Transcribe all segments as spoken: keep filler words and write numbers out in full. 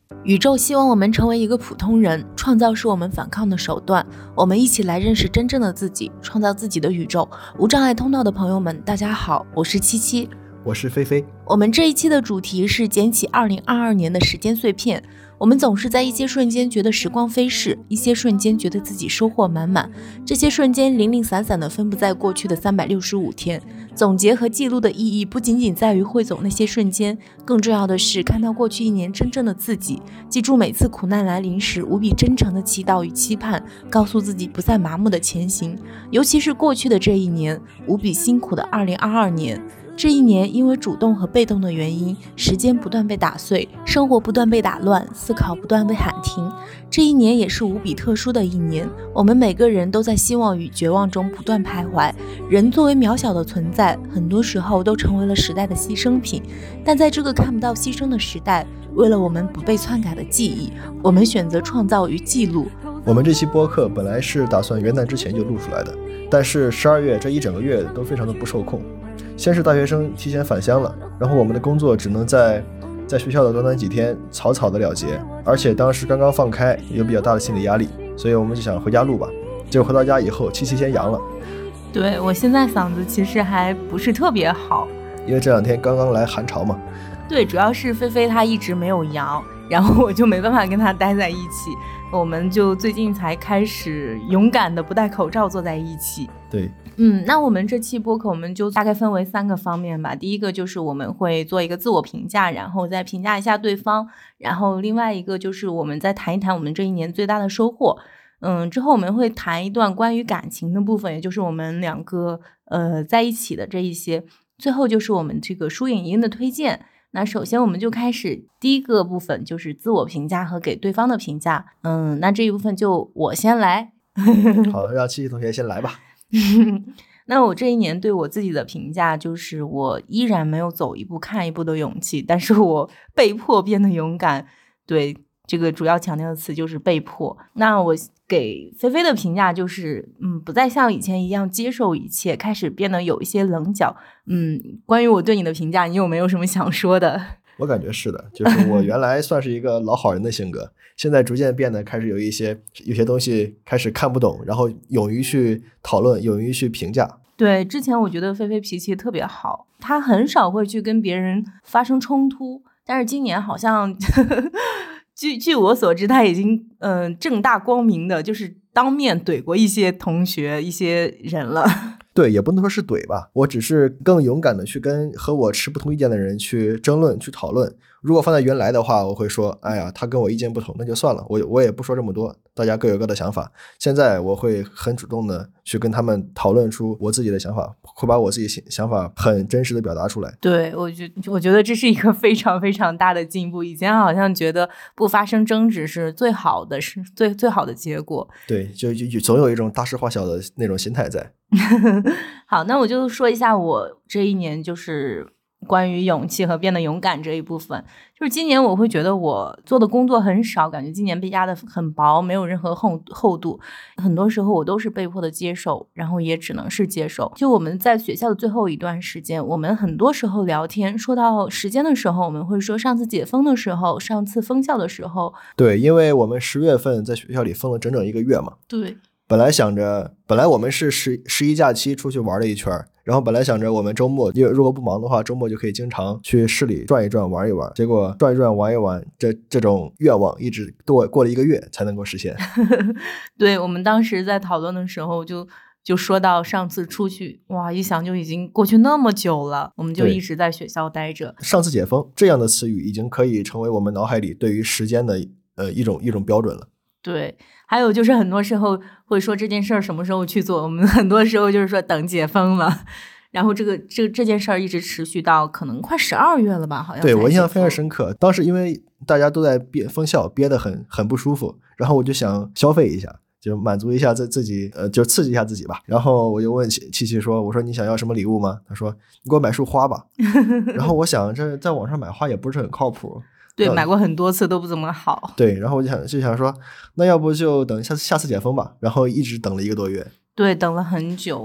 宇宙希望我们成为一个普通人，创造是我们反抗的手段。我们一起来认识真正的自己，创造自己的宇宙。无障碍通道的朋友们，大家好，我是七七， 我是菲菲。 我们这一期的主题是捡起二零二二年的时间碎片。我们总是在一些瞬间觉得时光飞逝，一些瞬间觉得自己收获满满，这些瞬间零零散散地分布在过去的三百六十五天。总结和记录的意义不仅仅在于汇总那些瞬间，更重要的是看到过去一年真正的自己，记住每次苦难来临时无比真诚的祈祷与期盼，告诉自己不再麻木的前行。尤其是过去的这一年，无比辛苦的二零二二年。这一年因为主动和被动的原因，时间不断被打碎，生活不断被打乱，思考不断被喊停。这一年也是无比特殊的一年，我们每个人都在希望与绝望中不断徘徊。人作为渺小的存在，很多时候都成为了时代的牺牲品。但在这个看不到牺牲的时代，为了我们不被篡改的记忆，我们选择创造与记录。 我们这期播客本来是打算元旦之前就录出来的，但是十二月这一整个月都非常的不受控。先是大学生提前返乡了，然后我们的工作只能在在学校的短短几天草草的了结，而且当时刚刚放开，有比较大的心理压力，所以我们就想回家录吧。结果回到家以后，七七先阳了。 对，我现在嗓子其实还不是特别好， 因为这两天刚刚来寒潮嘛。 对，主要是菲菲她一直没有阳，然后我就没办法跟她待在一起，我们就最近才开始勇敢的不戴口罩坐在一起。 对， 嗯，那我们这期播客我们就大概分为三个方面吧。第一个就是我们会做一个自我评价，然后再评价一下对方，然后另外一个就是我们再谈一谈我们这一年最大的收获。嗯，之后我们会谈一段关于感情的部分，也就是我们两个呃在一起的这一些。最后就是我们这个书影音的推荐。那首先我们就开始第一个部分，就是自我评价和给对方的评价。嗯，那这一部分就我先来。 好，让七七同学先来吧。 那我这一年对我自己的评价就是我依然没有走一步看一步的勇气，但是我被迫变得勇敢。对，这个主要强调的词就是被迫。那我给菲菲的评价就是嗯，不再像以前一样接受一切，开始变得有一些棱角。嗯，关于我对你的评价，你有没有什么想说的？ 我感觉是的，就是我原来算是一个老好人的性格，现在逐渐变得开始有一些有些东西开始看不懂，然后勇于去讨论，勇于去评价。 对，之前我觉得菲菲脾气特别好，她很少会去跟别人发生冲突，但是今年好像据据我所知，她已经嗯、呃、正大光明的就是当面怼过一些同学一些人了。 对，也不能说是怼吧，我只是更勇敢的去跟和我持不同意见的人去争论去讨论。如果放在原来的话，我会说哎呀他跟我意见不同，那就算了，我我也不说这么多，大家各有各的想法。现在我会很主动的去跟他们讨论出我自己的想法，会把我自己想法很真实的表达出来。 对，我觉我觉得这是一个非常非常大的进步。以前好像觉得不发生争执是最好的，是最最好的结果。 对，就就总有一种大事化小的那种心态在。 好，那我就说一下我这一年就是关于勇气和变得勇敢这一部分。就是今年我会觉得我做的工作很少，感觉今年被压得很薄，没有任何厚厚度，很多时候我都是被迫的接受，然后也只能是接受。就我们在学校的最后一段时间，我们很多时候聊天说到时间的时候，我们会说上次解封的时候，上次封校的时候。 对，因为我们十月份在学校里封了整整一个月嘛。 对， 本来想着本来我们是十十一假期出去玩了一圈，然后本来想着我们周末因为如果不忙的话，周末就可以经常去市里转一转玩一玩，结果转一转玩一玩，这这种愿望一直过过了一个月才能够实现。 对，我们当时在讨论的时候就就说到上次出去，哇，一想就已经过去那么久了，我们就一直在学校待着。 上次解封这样的词语已经可以成为我们脑海里对于时间的呃一种一种标准了。 对，还有就是很多时候会说这件事儿什么时候去做，我们很多时候就是说等解封了，然后这个这这件事儿一直持续到可能快十二月了吧，好像。 对，我印象非常深刻，当时因为大家都在憋封校，憋得很很不舒服，然后我就想消费一下，就满足一下自自己，呃，就刺激一下自己吧。然后我就问七七说：“我说你想要什么礼物吗？”他说：“你给我买束花吧。”然后我想，这在网上买花也不是很靠谱。 对，买过很多次都不怎么好。 对，然后我就想就想说，那要不就等下次下次解封吧。然后一直等了一个多月。 对，等了很久。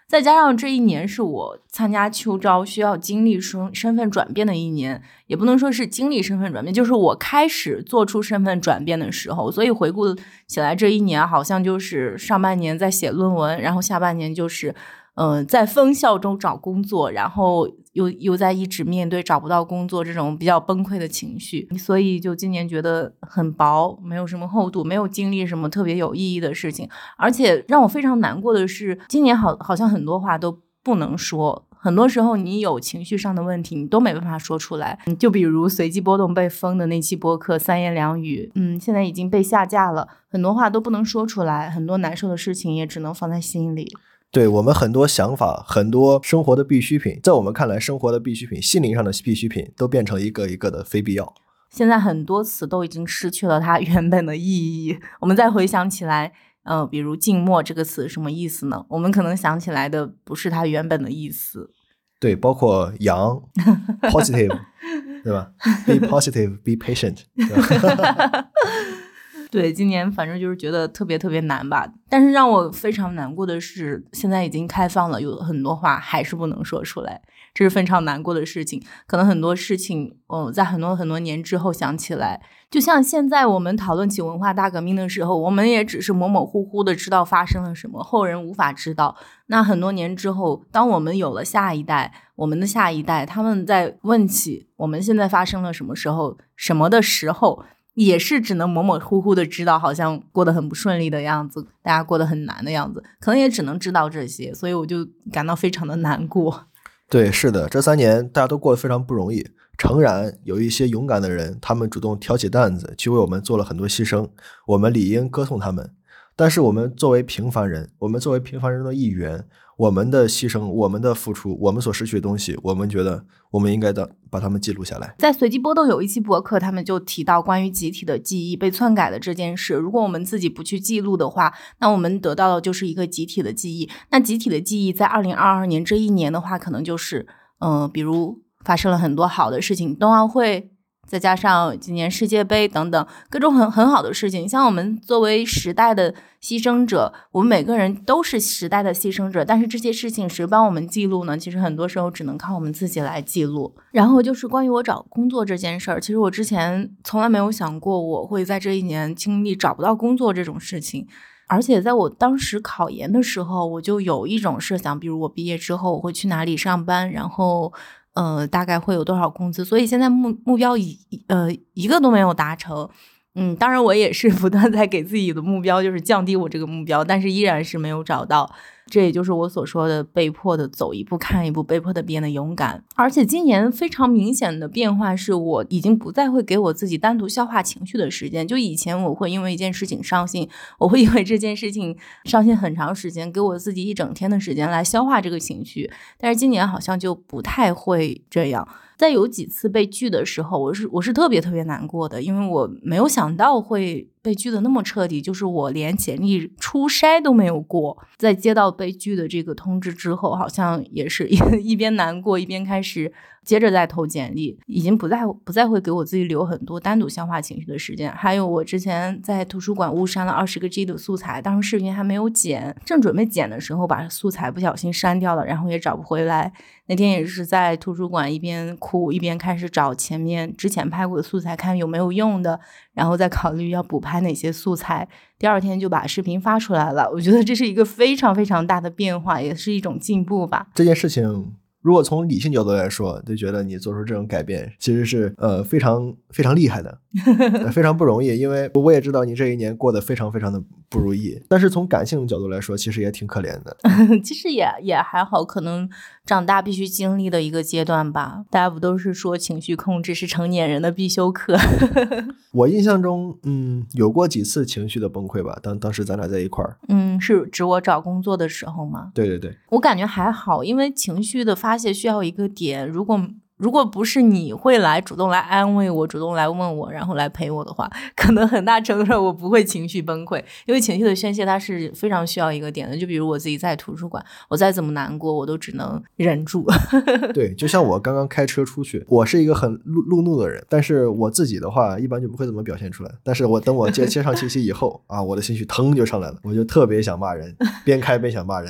再加上这一年是我参加秋招需要经历身身份转变的一年，也不能说是经历身份转变，就是我开始做出身份转变的时候，所以回顾起来这一年好像就是上半年在写论文，然后下半年就是嗯、呃，在封校中找工作，然后又又在一直面对找不到工作这种比较崩溃的情绪，所以就今年觉得很薄，没有什么厚度，没有经历什么特别有意义的事情。而且让我非常难过的是，今年好好像很多话都不能说，很多时候你有情绪上的问题你都没办法说出来。就比如随机波动被封的那期播客三言两语，嗯，现在已经被下架了，很多话都不能说出来，很多难受的事情也只能放在心里。 对，我们很多想法，很多生活的必需品，在我们看来生活的必需品，心灵上的必需品都变成一个一个的非必要。 现在很多词都已经失去了它原本的意义，我们再回想起来呃，比如静默这个词什么意思呢？我们可能想起来的不是它原本的意思。 对，包括阳positive 对吧 be positive be patient 对吧对，今年反正就是觉得特别特别难吧。但是让我非常难过的是，现在已经开放了，有很多话还是不能说出来，这是非常难过的事情。可能很多事情嗯，在很多很多年之后想起来，就像现在我们讨论起文化大革命的时候，我们也只是模模糊糊的知道发生了什么，后人无法知道。那很多年之后，当我们有了下一代，我们的下一代他们在问起我们现在发生了什么时候什么的时候，也是只能模模糊糊的知道好像过得很不顺利的样子，大家过得很难的样子，可能也只能知道这些，所以我就感到非常的难过。 对，是的，这三年大家都过得非常不容易，诚然有一些勇敢的人，他们主动挑起担子去为我们做了很多牺牲，我们理应歌颂他们。但是我们作为平凡人，我们作为平凡人的一员，我们的牺牲，我们的付出，我们所失去的东西，我们觉得我们应该的把它们记录下来。 在随机波动有一期博客，他们就提到关于集体的记忆被篡改的这件事，如果我们自己不去记录的话，那我们得到的就是一个集体的记忆。那集体的记忆在二零二二年这一年的话，可能就是嗯、呃，比如发生了很多好的事情，冬奥会，再加上今年世界杯等等各种很很好的事情。像我们作为时代的牺牲者，我们每个人都是时代的牺牲者，但是这些事情谁帮我们记录呢？其实很多时候只能靠我们自己来记录。然后就是关于我找工作这件事儿，其实我之前从来没有想过我会在这一年经历找不到工作这种事情。而且在我当时考研的时候，我就有一种设想，比如我毕业之后我会去哪里上班，然后呃，大概会有多少工资，所以现在目目标一呃一个都没有达成。嗯，当然我也是不断在给自己的目标就是降低我这个目标，但是依然是没有找到。这也就是我所说的被迫的走一步看一步，被迫的变得勇敢。而且今年非常明显的变化是，我已经不再会给我自己单独消化情绪的时间。就以前我会因为一件事情伤心，我会因为这件事情伤心很长时间，给我自己一整天的时间来消化这个情绪。但是今年好像就不太会这样。在有几次被拒的时候，我是我是特别特别难过的，因为我没有想到会被拒的那么彻底，就是我连简历初筛都没有过。在接到被拒的这个通知之后，好像也是一一边难过一边开始接着再投简历，已经不再不再会给我自己留很多单独消化情绪的时间。还有我之前在图书馆误删了二十个 G 的素材，当时视频还没有剪，正准备剪的时候把素材不小心删掉了，然后也找不回来。那天也是在图书馆一边哭一边开始找前面之前拍过的素材看有没有用的，然后再考虑要补拍哪些素材。第二天就把视频发出来了，我觉得这是一个非常非常大的变化，也是一种进步吧。 这件事情如果从理性角度来说，就觉得你做出这种改变其实是呃非常非常厉害的非常不容易，因为我也知道你这一年过得非常非常的不如意，但是从感性角度来说其实也挺可怜的其实也也还好，可能长大必须经历的一个阶段吧。大家不都是说情绪控制是成年人的必修课我印象中嗯有过几次情绪的崩溃吧，当当时咱俩在一块儿。 嗯，是指我找工作的时候吗？ 对对对， 我感觉还好，因为情绪的发泄需要一个点，如果如果不是你会来主动来安慰我，主动来问我，然后来陪我的话，可能很大程度上我不会情绪崩溃。因为情绪的宣泄它是非常需要一个点的，就比如我自己在图书馆，我再怎么难过我都只能忍住对，就像我刚刚开车出去，我是一个很路路怒的人，但是我自己的话一般就不会怎么表现出来，但是我等我接接上信息以后啊，我的情绪腾就上来了，我就特别想骂人，边开边想骂人，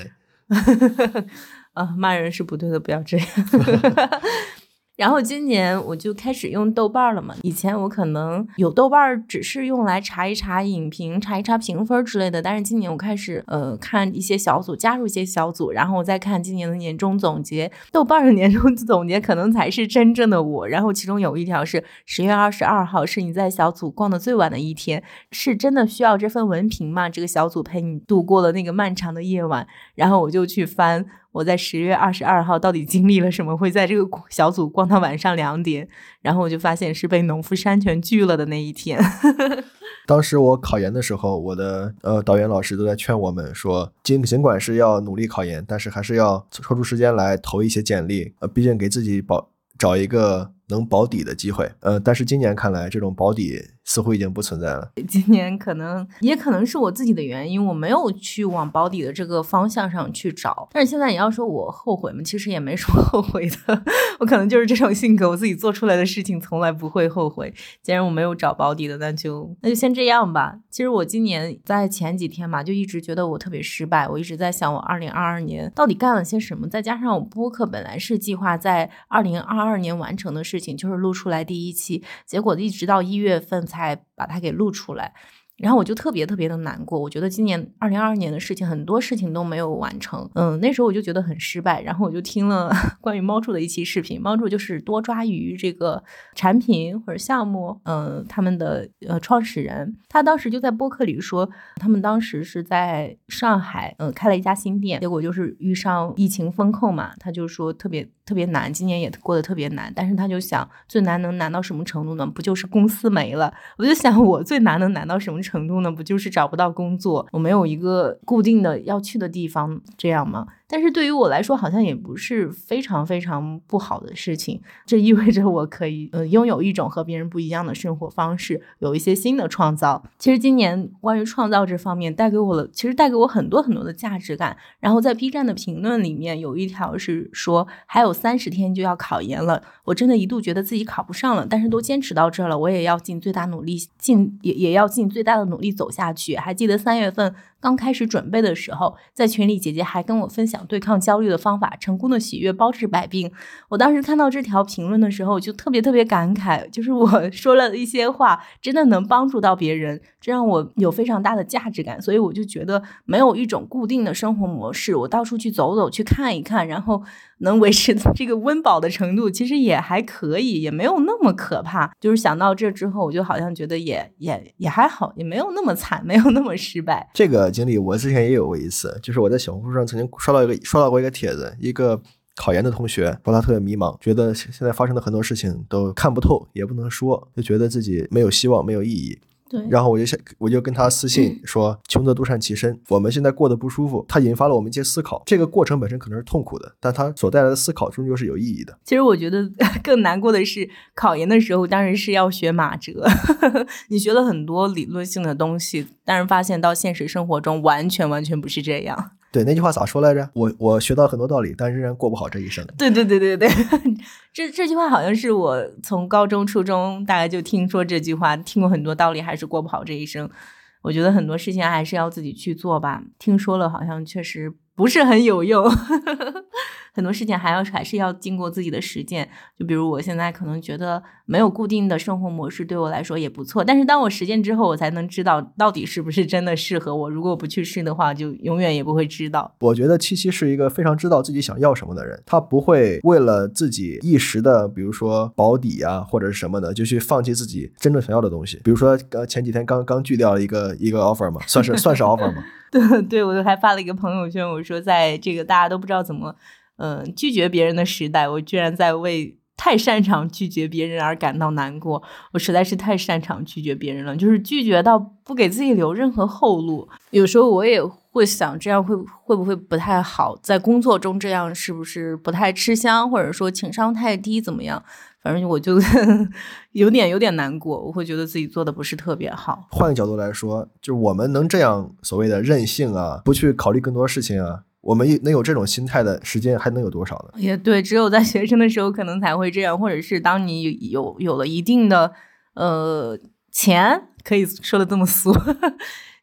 啊，骂人是不对的，不要这样。然后今年我就开始用豆瓣了嘛，以前我可能有豆瓣只是用来查一查影评、查一查评分之类的，但是今年我开始呃看一些小组，加入一些小组，然后我再看今年的年终总结。豆瓣的年终总结可能才是真正的我，然后其中有一条是十月二十二号是你在小组逛的最晚的一天，是真的需要这份文凭吗？这个小组陪你度过了那个漫长的夜晚，然后我就去翻我在十月二十二号到底经历了什么，会在这个小组逛到晚上两点，然后我就发现是被农夫山泉拒了的那一天。 当时我考研的时候，我的呃导研老师都在劝我们说，尽尽管是要努力考研，但是还是要抽出时间来投一些简历，呃，毕竟给自己保找一个能保底的机会。呃，但是今年看来，这种保底似乎已经不存在了。 今年可能也可能是我自己的原因，我没有去往保底的这个方向上去找。但是现在你要说我后悔吗？其实也没什么后悔的。我可能就是这种性格，我自己做出来的事情从来不会后悔。既然我没有找保底的，那就那就先这样吧。其实我今年在前几天嘛，就一直觉得我特别失败。我一直在想我二零二二年到底干了些什么，再加上我播客本来是计划在二零二二年完成的事情，就是录出来第一期，结果一直到一月份才把它给录出来。然后我就特别特别的难过，我觉得今年二零二二年的事情很多事情都没有完成，嗯，那时候我就觉得很失败。然后我就听了关于猫柱的一期视频，猫柱就是多抓鱼这个产品或者项目，嗯，他们的呃创始人，他当时就在播客里说，他们当时是在上海，嗯，开了一家新店，结果就是遇上疫情风控嘛，他就说特别特别难，今年也过得特别难，但是他就想最难能难到什么程度呢？不就是公司没了？我就想我最难能难到什么程度呢？不就是找不到工作，我没有一个固定的要去的地方，这样吗？但是对于我来说好像也不是非常非常不好的事情，这意味着我可以呃拥有一种和别人不一样的生活方式，有一些新的创造。其实今年关于创造这方面带给我了，其实带给我很多很多的价值感。然后在 B 站的评论里面有一条是说还有三十天就要考研了，我真的一度觉得自己考不上了，但是都坚持到这了，我也要尽最大努力尽也也要尽最大的努力走下去。还记得三月份刚开始准备的时候，在群里姐姐还跟我分享对抗焦虑的方法，成功的喜悦包治百病。我当时看到这条评论的时候就特别特别感慨，就是我说了一些话真的能帮助到别人，这让我有非常大的价值感。所以我就觉得没有一种固定的生活模式，我到处去走走去看一看，然后能维持这个温饱的程度其实也还可以，也没有那么可怕。就是想到这之后我就好像觉得也也也还好，也没有那么惨，没有那么失败。 这个经历我之前也有过一次，就是我在小红书上曾经刷到一个刷到过一个帖子，一个考研的同学说他特别迷茫，觉得现在发生的很多事情都看不透，也不能说，就觉得自己没有希望，没有意义。 对， 然后我就我就跟他私信说，穷则独善其身，我们现在过得不舒服，它引发了我们一些思考，这个过程本身可能是痛苦的，但它所带来的思考终究是有意义的。 其实我觉得更难过的是考研的时候当然是要学马哲你学了很多理论性的东西，但是发现到现实生活中完全完全不是这样。 对，那句话咋说来着？我我学到很多道理，但仍然过不好这一生。 对对对对对，这这句话好像是我从高中初中大概就听说这句话，听过很多道理，还是过不好这一生。我觉得很多事情还是要自己去做吧，听说了好像确实不是很有用很多事情还要还是要经过自己的实践。就比如我现在可能觉得没有固定的生活模式对我来说也不错，但是当我实践之后我才能知道到底是不是真的适合我，如果不去试的话就永远也不会知道。 我觉得七七是一个非常知道自己想要什么的人，他不会为了自己一时的比如说保底啊或者是什么的就去放弃自己真正想要的东西。比如说前几天刚刚拒掉了一个一个 offer 嘛，算是算是 offer 嘛对对，我还发了一个朋友圈，我说在这个大家都不知道怎么嗯、呃，拒绝别人的时代，我居然在为太擅长拒绝别人而感到难过。我实在是太擅长拒绝别人了，就是拒绝到不给自己留任何后路。有时候我也会想这样会会不会不太好，在工作中这样是不是不太吃香，或者说情商太低怎么样，反正我就有点有点难过，我会觉得自己做的不是特别好。 换个角度来说，就是我们能这样所谓的任性啊，不去考虑更多事情啊，我们能有这种心态的时间还能有多少呢？ 也对，只有在学生的时候可能才会这样，或者是当你有有了一定的呃钱，可以说的这么俗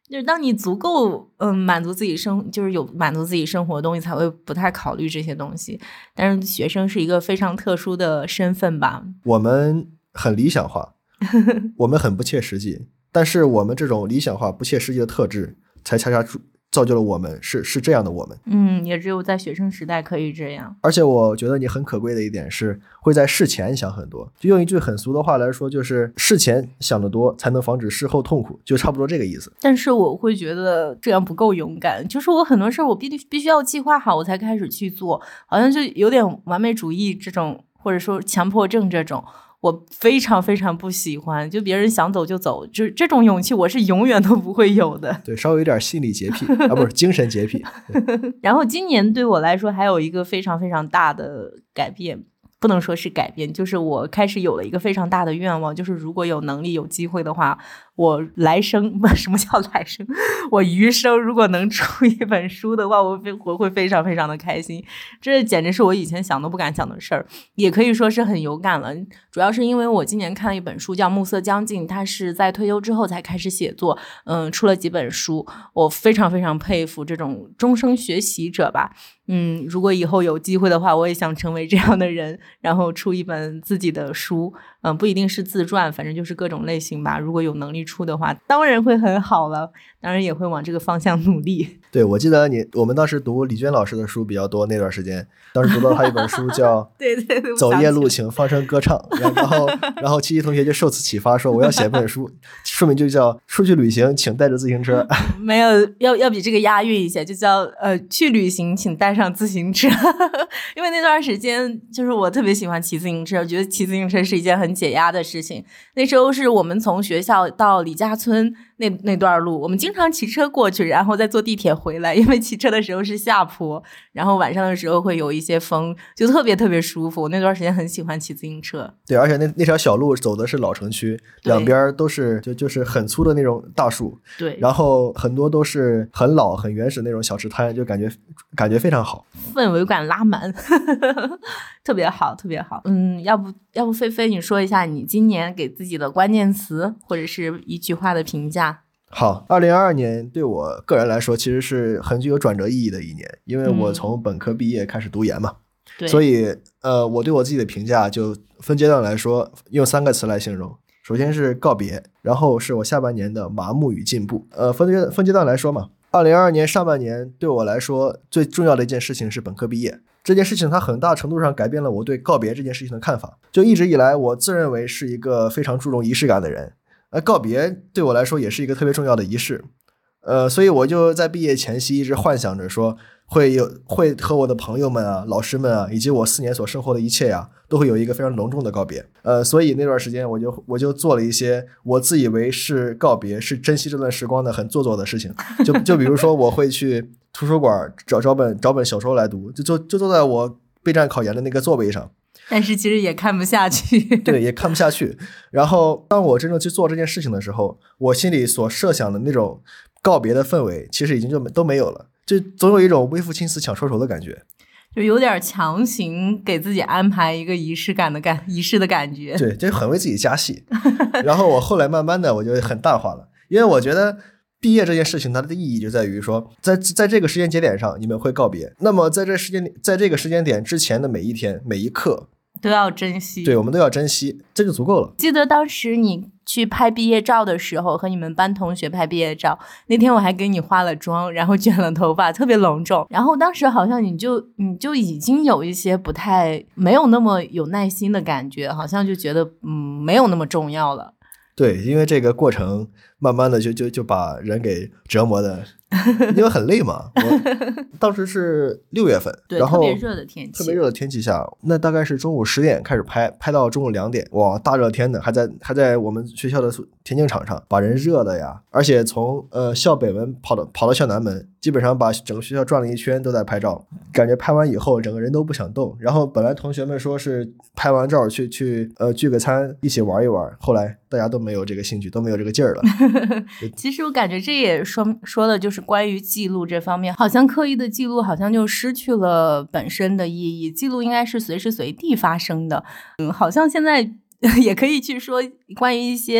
就是当你足够嗯满足自己生，就是有满足自己生活的东西，才会不太考虑这些东西。但是学生是一个非常特殊的身份吧。 我们很理想化，我们很不切实际，但是我们这种理想化、不切实际的特质，才恰恰造就了我们是是这样的我们。 嗯，也只有在学生时代可以这样。 而且我觉得你很可贵的一点是会在事前想很多，就用一句很俗的话来说，就是事前想得多才能防止事后痛苦，就差不多这个意思。 但是我会觉得这样不够勇敢，就是我很多事我必须必须要计划好我才开始去做，好像就有点完美主义这种，或者说强迫症这种，我非常非常不喜欢。就别人想走就走，就是这种勇气我是永远都不会有的。 对，稍微有点心理洁癖啊，不是精神洁癖。 然后今年对我来说还有一个非常非常大的改变，不能说是改变，就是我开始有了一个非常大的愿望，就是如果有能力有机会的话，我来生什么叫来生我余生如果能出一本书的话，我我会非常非常的开心。这简直是我以前想都不敢想的事儿，也可以说是很有感了。主要是因为我今年看了一本书叫《暮色将近》，他是在退休之后才开始写作，嗯，出了几本书，我非常非常佩服这种终生学习者吧。嗯，如果以后有机会的话，我也想成为这样的人，然后出一本自己的书，嗯，不一定是自传，反正就是各种类型吧。如果有能力出的话，当然会很好了，当然也会往这个方向努力。 对，我记得你我们当时读李娟老师的书比较多，那段时间当时读到他一本书叫对对对， 走夜路请放声歌唱，然后然后七七同学就受此启发说我要写本书，书名就叫出去旅行请带着自行车。 没有，要要比这个押韵一些，就叫呃去旅行请带上自行车。因为那段时间就是我特别喜欢骑自行车，觉得骑自行车是一件很解压的事情。那时候是我们从学校到李家村那那段路，我们经常骑车过去，然后再坐地铁回来，因为骑车的时候是下坡，然后晚上的时候会有一些风，就特别特别舒服。我那段时间很喜欢骑自行车。 对，而且那那条小路走的是老城区，两边都是就就是很粗的那种大树， 对， 然后很多都是很老很原始那种小吃摊，就感觉感觉非常好， 氛围感拉满。特别好特别好。嗯，要不要不菲菲你说一下你今年给自己的关键词或者是一句话的评价。 好，二零二二年对我个人来说其实是很具有转折意义的一年，因为我从本科毕业开始读研嘛， 对， 所以呃，我对我自己的评价就分阶段来说，用三个词来形容。首先是告别，然后是我下半年的麻木与进步。呃，分阶分阶段来说嘛，二零二二年上半年对我来说最重要的一件事情是本科毕业。这件事情它很大程度上改变了我对告别这件事情的看法。就一直以来我自认为是一个非常注重仪式感的人，而告别对我来说也是一个特别重要的仪式。呃，所以我就在毕业前夕一直幻想着说会有会和我的朋友们啊、老师们啊，以及我四年所生活的一切呀、啊，都会有一个非常隆重的告别。呃，所以那段时间我就我就做了一些我自以为是告别、是珍惜这段时光的很做作的事情。就就比如说我会去图书馆找找本找本小说来读，就就就坐在我备战考研的那个座位上。 但是其实也看不下去。 对，也看不下去。然后当我真正去做这件事情的时候，我心里所设想的那种告别的氛围其实已经就都没有了，就总有一种微服青丝抢收手的感觉， 就有点强行给自己安排一个仪式感的感仪式的感觉。 对，就很为自己加戏。然后我后来慢慢的我就很淡化了，因为我觉得毕业这件事情它的意义就在于说，在在这个时间节点上你们会告别，那么在这时间在这个时间点之前的每一天每一刻都要珍惜。 对，我们都要珍惜，这就足够了。 记得当时你去拍毕业照的时候，和你们班同学拍毕业照，那天我还给你化了妆，然后卷了头发，特别隆重。然后当时好像你就你就已经有一些不太没有那么有耐心的感觉，好像就觉得嗯没有那么重要了。 对，因为这个过程慢慢的就就就把人给折磨的，因为很累嘛。我当时是六月份， 对， 然后特别热的天气， 特别热的天气下，那大概是中午十点开始拍，拍到中午两点，哇，大热天的，还在还在我们学校的田径场上，把人热的呀。而且从呃校北门跑到跑到校南门，基本上把整个学校转了一圈都在拍照，感觉拍完以后整个人都不想动。然后本来同学们说是拍完照去去呃聚个餐一起玩一玩，后来大家都没有这个兴趣，都没有这个劲儿了。 其实我感觉这也说说的就是关于记录这方面，好像刻意的记录好像就失去了本身的意义。记录应该是随时随地发生的。嗯，好像现在也可以去说关于一些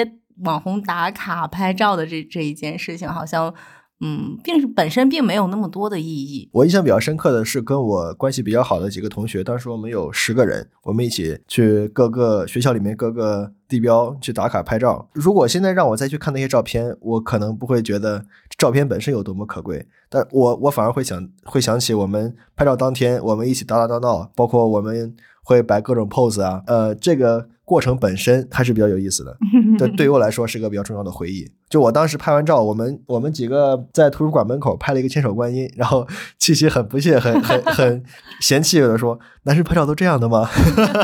网红打卡拍照的这这一件事情，好像嗯，并本身并没有那么多的意义。 我印象比较深刻的是跟我关系比较好的几个同学，当时我们有十个人，我们一起去各个学校里面各个地标去打卡拍照。如果现在让我再去看那些照片，我可能不会觉得照片本身有多么可贵，但我我反而会想会想起我们拍照当天我们一起打打闹闹，包括我们会摆各种 pose 啊，呃，这个过程本身还是比较有意思的，对，对于我来说是个比较重要的回忆。就我当时拍完照，我们我们几个在图书馆门口拍了一个千手观音，然后七七很不屑很很很嫌弃的说，男生拍照都这样的吗？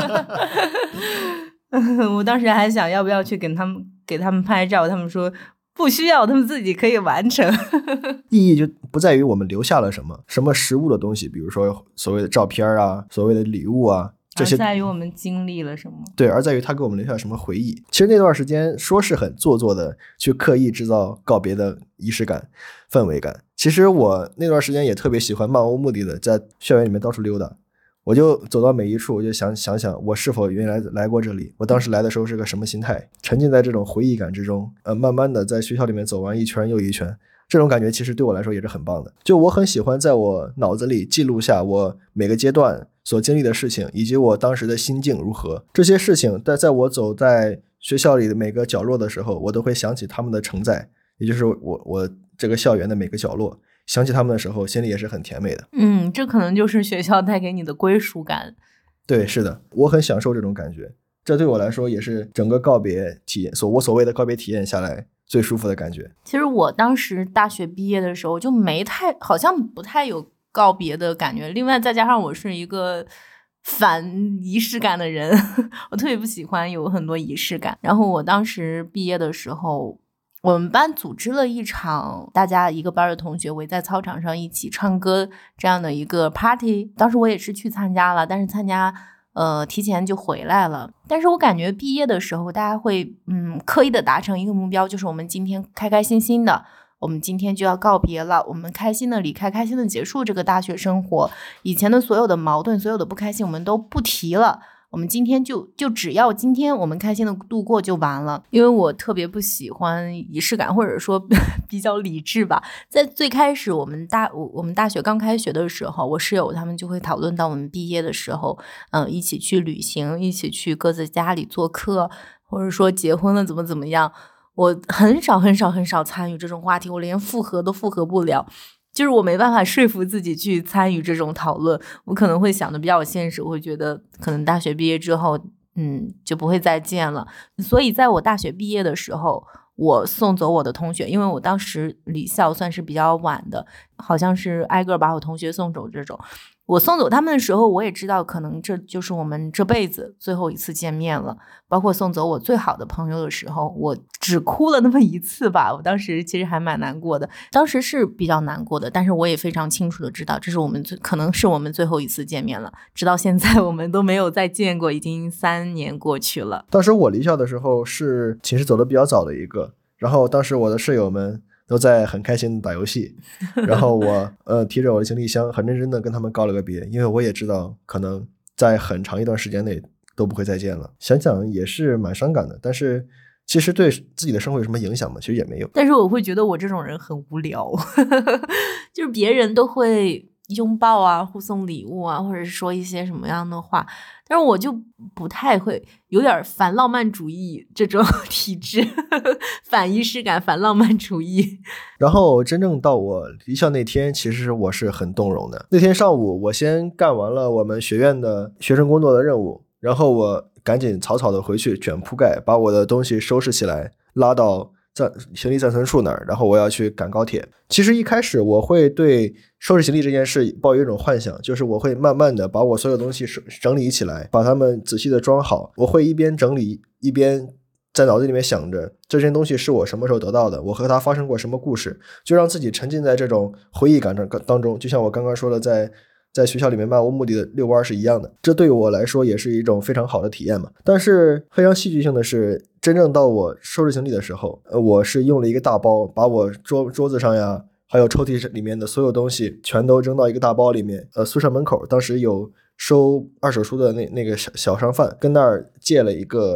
我当时还想要不要去给他们给他们拍照，他们说不需要，他们自己可以完成。 意义就不在于我们留下了什么什么实物的东西，比如说所谓的照片啊，所谓的礼物啊，这些而在于我们经历了什么。 对，而在于他给我们留下什么回忆。其实那段时间说是很做作的去刻意制造告别的仪式感氛围感，其实我那段时间也特别喜欢漫无目的的在校园里面到处溜达，我就走到每一处，我就想想想我是否原来来过这里，我当时来的时候是个什么心态，沉浸在这种回忆感之中，呃，慢慢的在学校里面走完一圈又一圈，这种感觉其实对我来说也是很棒的。就我很喜欢在我脑子里记录下我每个阶段所经历的事情，以及我当时的心境如何。这些事情在在我走在学校里的每个角落的时候，我都会想起他们的承载，也就是我我这个校园的每个角落，想起他们的时候心里也是很甜美的。 嗯，这可能就是学校带给你的归属感。 对，是的，我很享受这种感觉，这对我来说也是整个告别体验所我所谓的告别体验下来最舒服的感觉。 其实我当时大学毕业的时候就没太好像不太有告别的感觉，另外再加上我是一个反仪式感的人，我特别不喜欢有很多仪式感。然后我当时毕业的时候，我们班组织了一场大家一个班的同学围在操场上一起唱歌这样的一个 party， 当时我也是去参加了，但是参加呃提前就回来了。但是我感觉毕业的时候大家会嗯刻意的达成一个目标，就是我们今天开开心心的，我们今天就要告别了，我们开心的离开，开心的结束这个大学生活，以前的所有的矛盾，所有的不开心我们都不提了，我们今天就就只要今天我们开心的度过就完了。因为我特别不喜欢仪式感，或者说比较理智吧。在最开始我们大我我们大学刚开学的时候，我室友他们就会讨论到我们毕业的时候，嗯，一起去旅行，一起去各自家里做客，或者说结婚了怎么怎么样。我很少很少很少参与这种话题，我连复合都复合不了，就是我没办法说服自己去参与这种讨论。我可能会想的比较现实，我会觉得可能大学毕业之后嗯，就不会再见了。所以在我大学毕业的时候，我送走我的同学，因为我当时离校算是比较晚的，好像是挨个把我同学送走这种。我送走他们的时候，我也知道可能这就是我们这辈子最后一次见面了。包括送走我最好的朋友的时候，我只哭了那么一次吧，我当时其实还蛮难过的，当时是比较难过的，但是我也非常清楚的知道这是我们最可能是我们最后一次见面了，直到现在我们都没有再见过，已经三年过去了。 当时我离校的时候是寝室走的比较早的一个，然后当时我的舍友们都在很开心的打游戏，然后我呃提着我的行李箱很认真的跟他们告了个别，因为我也知道可能在很长一段时间内都不会再见了。想想也是蛮伤感的，但是其实对自己的生活有什么影响吗？其实也没有。 但是我会觉得我这种人很无聊就是别人都会拥抱啊，互送礼物啊，或者是说一些什么样的话，但是我就不太会，有点反浪漫主义这种体质反仪式感，反浪漫主义。 然后真正到我离校那天，其实我是很动容的。那天上午我先干完了我们学院的学生工作的任务，然后我赶紧草草的回去卷铺盖，把我的东西收拾起来，拉到暂行李暂存处那儿，然后我要去赶高铁。其实一开始我会对收拾行李这件事抱有一种幻想，就是我会慢慢的把我所有东西整理起来，把它们仔细的装好。我会一边整理一边在脑子里面想着这件东西是我什么时候得到的，我和它发生过什么故事，就让自己沉浸在这种回忆感当中。就像我刚刚说的，在在学校里面漫无目的的遛弯是一样的，这对我来说也是一种非常好的体验嘛。但是非常戏剧性的是，真正到我收拾行李的时候，呃，我是用了一个大包，把我桌桌子上呀，还有抽屉里面的所有东西全都扔到一个大包里面。呃，宿舍门口当时有收二手书的那那个小小商贩，跟那儿借了一个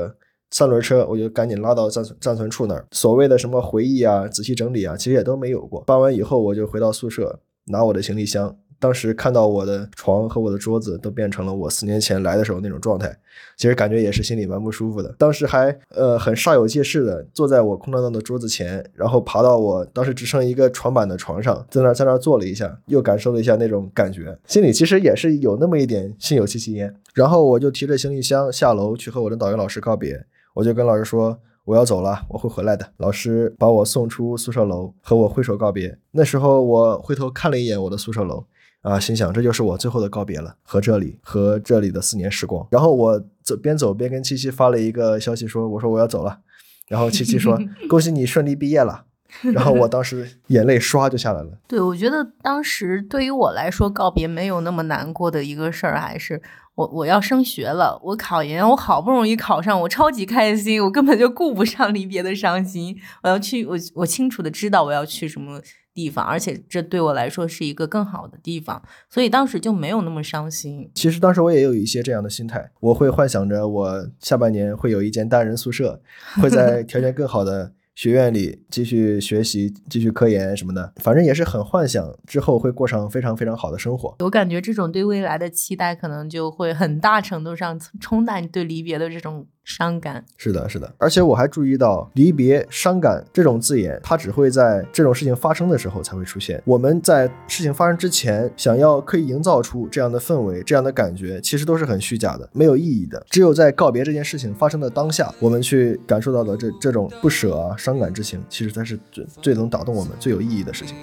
三轮车我就赶紧拉到暂暂存处那儿，所谓的什么回忆啊仔细整理啊其实也都没有过。搬完以后我就回到宿舍拿我的行李箱，当时看到我的床和我的桌子都变成了我四年前来的时候那种状态，其实感觉也是心里蛮不舒服的。当时还呃很煞有介事的坐在我空荡荡的桌子前，然后爬到我当时只剩一个床板的床上，在那在那坐了一下，又感受了一下那种感觉，心里其实也是有那么一点心有戚戚焉。然后我就提着行李箱下楼去和我的导游老师告别，我就跟老师说我要走了，我会回来的。老师把我送出宿舍楼，和我挥手告别。那时候我回头看了一眼我的宿舍楼啊，心想这就是我最后的告别了，和这里和这里的四年时光。然后我走边走边跟七七发了一个消息说，我说我要走了。然后七七说恭喜你顺利毕业了。然后我当时眼泪刷就下来了。 对，我觉得当时对于我来说告别没有那么难过的一个事儿，还是我我要升学了，我考研，我好不容易考上，我超级开心，我根本就顾不上离别的伤心。我要去，我我清楚的知道我要去什么地方，而且这对我来说是一个更好的地方，所以当时就没有那么伤心。 其实当时我也有一些这样的心态，我会幻想着我下半年会有一间单人宿舍，会在条件更好的学院里继续学习继续科研什么的，反正也是很幻想之后会过上非常非常好的生活。 我感觉这种对未来的期待可能就会很大程度上冲淡对离别的这种伤感。 是的是的，而且我还注意到离别伤感这种字眼它只会在这种事情发生的时候才会出现，我们在事情发生之前想要可以营造出这样的氛围这样的感觉其实都是很虚假的，没有意义的。只有在告别这件事情发生的当下，我们去感受到的这这种不舍啊伤感之情，其实才是最最能打动我们最有意义的事情。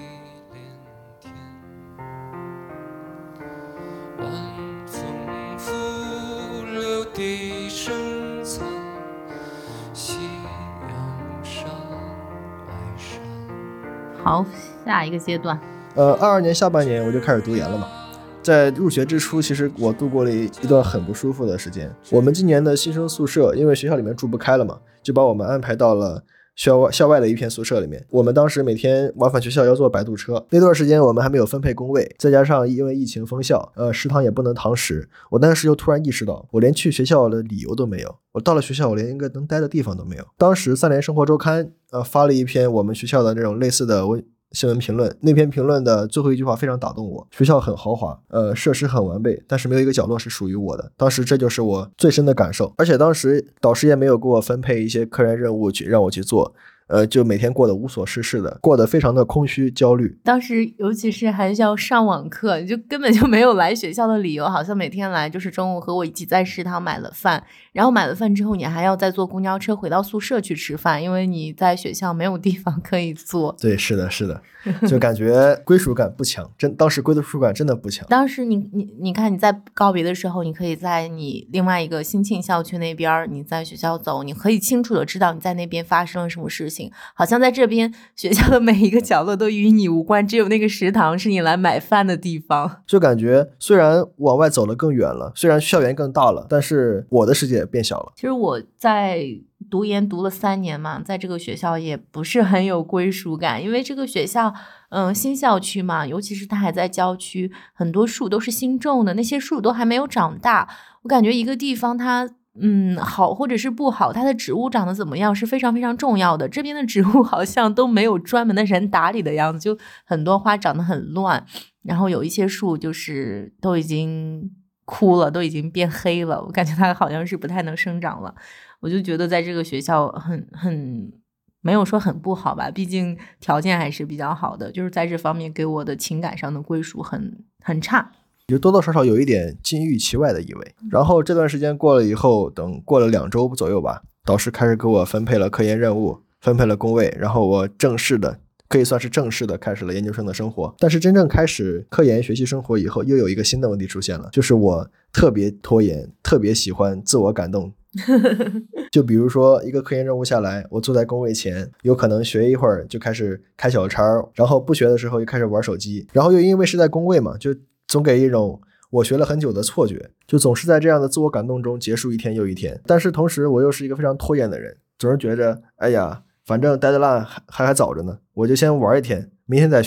好，下一个阶段， 呃，二二年下半年我就开始读研了嘛。在入学之初，其实我度过了一段很不舒服的时间。我们今年的新生宿舍，因为学校里面住不开了嘛，就把我们安排到了校外校外的一片宿舍里面。我们当时每天往返学校要坐摆渡车，那段时间我们还没有分配工位，再加上因为疫情封校，呃，食堂也不能堂食。我当时又突然意识到，我连去学校的理由都没有。我到了学校，我连一个能待的地方都没有。当时三联生活周刊呃发了一篇我们学校的这种类似的新闻评论，那篇评论的最后一句话非常打动我，学校很豪华，呃，设施很完备，但是没有一个角落是属于我的。当时这就是我最深的感受，而且当时导师也没有给我分配一些科研任务去让我去做。呃，就每天过得无所事事的，过得非常的空虚焦虑。 当时尤其是还是要上网课，你就根本就没有来学校的理由，好像每天来就是中午和我一起在食堂买了饭，然后买了饭之后你还要再坐公交车回到宿舍去吃饭，因为你在学校没有地方可以坐。 对，是的是的，就感觉归属感不强，真当时归属感真的不强。 当时你你你看你在告别的时候，你可以在你另外一个新庆校区那边，你在学校走，你可以清楚的知道你在那边发生了什么事情，好像在这边学校的每一个角落都与你无关，只有那个食堂是你来买饭的地方。 就感觉虽然往外走了更远了，虽然校园更大了，但是我的世界也变小了。 其实我在读研读了三年嘛，在这个学校也不是很有归属感，因为这个学校嗯，新校区嘛，尤其是它还在郊区，很多树都是新种的，那些树都还没有长大。我感觉一个地方它嗯好或者是不好，它的植物长得怎么样是非常非常重要的。这边的植物好像都没有专门的人打理的样子，就很多花长得很乱，然后有一些树就是都已经枯了，都已经变黑了，我感觉它好像是不太能生长了。我就觉得在这个学校很很没有说很不好吧，毕竟条件还是比较好的，就是在这方面给我的情感上的归属很很差， 就多多少少有一点金玉其外的意味。然后这段时间过了以后，等过了两周左右吧，导师开始给我分配了科研任务，分配了工位，然后我正式的可以算是正式的开始了研究生的生活。但是真正开始科研学习生活以后，又有一个新的问题出现了，就是我特别拖延，特别喜欢自我感动。就比如说一个科研任务下来，我坐在工位前，有可能学一会儿就开始开小差，然后不学的时候又开始玩手机，然后又因为是在工位嘛，就总给一种我学了很久的错觉，就总是在这样的自我感动中结束一天又一天。但是同时我又是一个非常拖延的人，总是觉着哎呀反正 deadline 还还还早着呢，我就先玩一天，明天再学，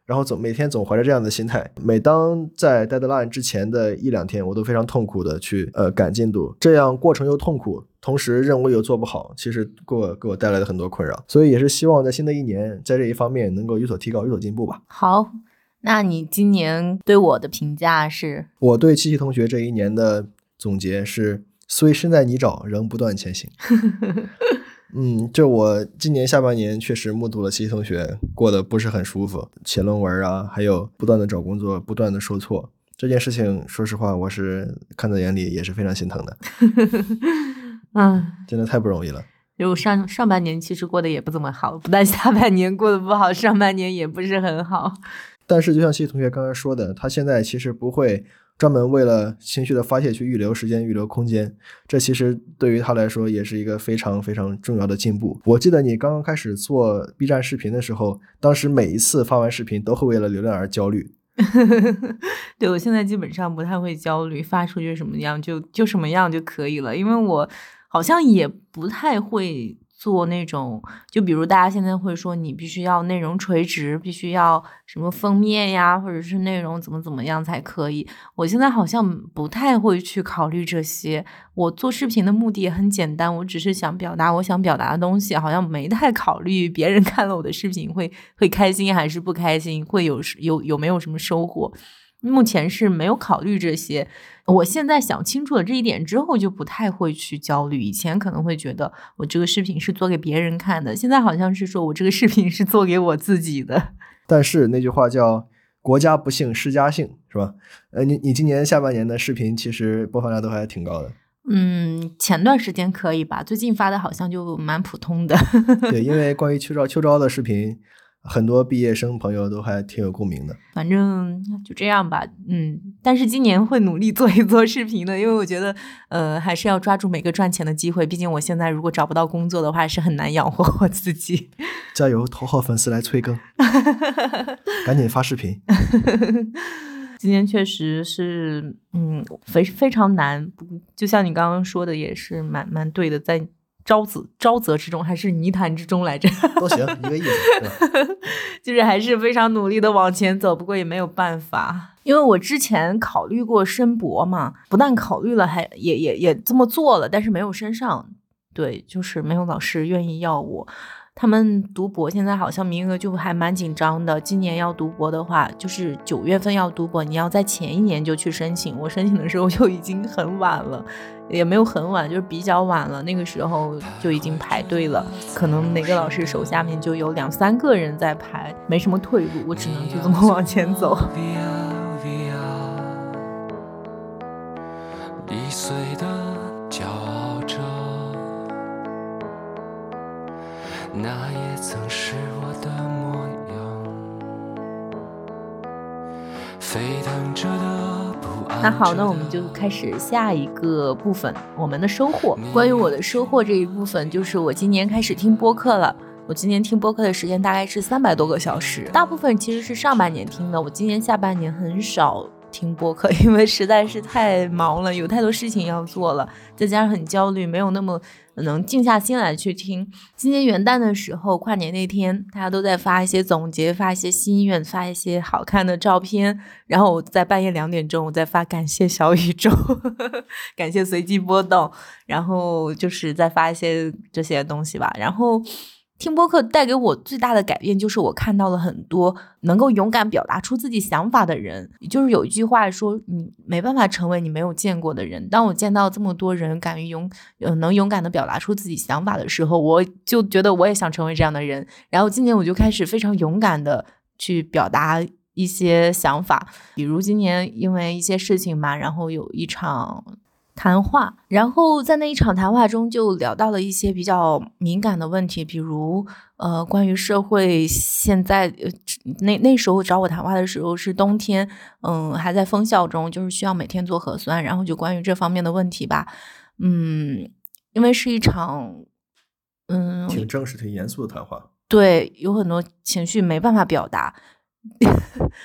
然后总每天总怀着这样的心态，每当在 deadline 之前的一两天，我都非常痛苦的去呃赶进度，这样过程又痛苦，同时任务又做不好，其实给我给我带来了很多困扰，所以也是希望在新的一年在这一方面能够有所提高，有所进步吧。 好，那你今年对我的评价是？ 我对七七同学这一年的总结是虽身在泥沼仍不断前行。嗯，就我今年下半年确实目睹了七七同学过得不是很舒服，写论文啊，还有不断的找工作，不断的受挫，这件事情说实话我是看在眼里，也是非常心疼的。 嗯， 真的太不容易了。 就上上半年其实过得也不怎么好，不但下半年过得不好，上半年也不是很好。 但是就像七七同学刚才说的，他现在其实不会专门为了情绪的发泄去预留时间预留空间，这其实对于他来说也是一个非常非常重要的进步。我记得你刚刚开始做 B 站视频的时候，当时每一次发完视频都会为了流量而焦虑。 对，我现在基本上不太会焦虑，发出去什么样就就什么样就可以了，因为我好像也不太会做那种，就比如大家现在会说你必须要内容垂直，必须要什么封面呀，或者是内容怎么怎么样才可以。我现在好像不太会去考虑这些，我做视频的目的也很简单，我只是想表达我想表达的东西，好像没太考虑别人看了我的视频会会开心还是不开心，会有有有没有什么收获。目前是没有考虑这些，我现在想清楚了这一点之后就不太会去焦虑，以前可能会觉得我这个视频是做给别人看的，现在好像是说我这个视频是做给我自己的。 但是那句话叫国家不幸世家幸，是吧？呃，你你今年下半年的视频其实播放量都还挺高的。 嗯，前段时间可以吧，最近发的好像就蛮普通的。 对，因为关于秋招秋招的视频，很多毕业生朋友都还挺有共鸣的。 反正就这样吧，嗯，但是今年会努力做一做视频的，因为我觉得呃还是要抓住每个赚钱的机会，毕竟我现在如果找不到工作的话是很难养活我自己。 加油，头号粉丝来催更。赶紧发视频。 今年确实是嗯非非常难，就像你刚刚说的也是蛮蛮对的，在沼泽沼泽之中还是泥潭之中来着都行，一个意思，对吧？ 就是还是非常努力的往前走，不过也没有办法，因为我之前考虑过申博嘛，不但考虑了，还也也也这么做了，但是没有申上。对，就是没有老师愿意要我。他们读博现在好像名额就还蛮紧张的，今年要读博的话，就是九月份要读博，你要在前一年就去申请。我申请的时候就已经很晚了，也没有很晚，就是比较晚了，那个时候就已经排队了，可能每个老师手下面就有两三个人在排，没什么退路，我只能就这么往前走。易碎的骄傲着，那也曾是我的模样，沸腾着的不安。那好，那我们就开始下一个部分，我们的收获。关于我的收获这一部分，就是我今年开始听播客了。我今年听播客的时间大概是三百多个小时，大部分其实是上半年听的，我今年下半年很少听播客，因为实在是太忙了，有太多事情要做了，再加上很焦虑，没有那么能静下心来去听。今年元旦的时候，跨年那天，大家都在发一些总结，发一些心愿，发一些好看的照片，然后我在半夜两点钟，我在发感谢小宇宙感谢随机波动，然后就是在发一些这些东西吧。然后听播客带给我最大的改变就是我看到了很多能够勇敢表达出自己想法的人，就是有一句话说你没办法成为你没有见过的人。当我见到这么多人敢于勇、呃、能勇敢的表达出自己想法的时候，我就觉得我也想成为这样的人。然后今年我就开始非常勇敢的去表达一些想法，比如今年因为一些事情嘛，然后有一场谈话，然后在那一场谈话中就聊到了一些比较敏感的问题，比如呃，关于社会现在、呃、那那时候找我谈话的时候是冬天，嗯，还在封校中，就是需要每天做核酸，然后就关于这方面的问题吧，嗯，因为是一场嗯挺正式挺严肃的谈话， 对，有很多情绪没办法表达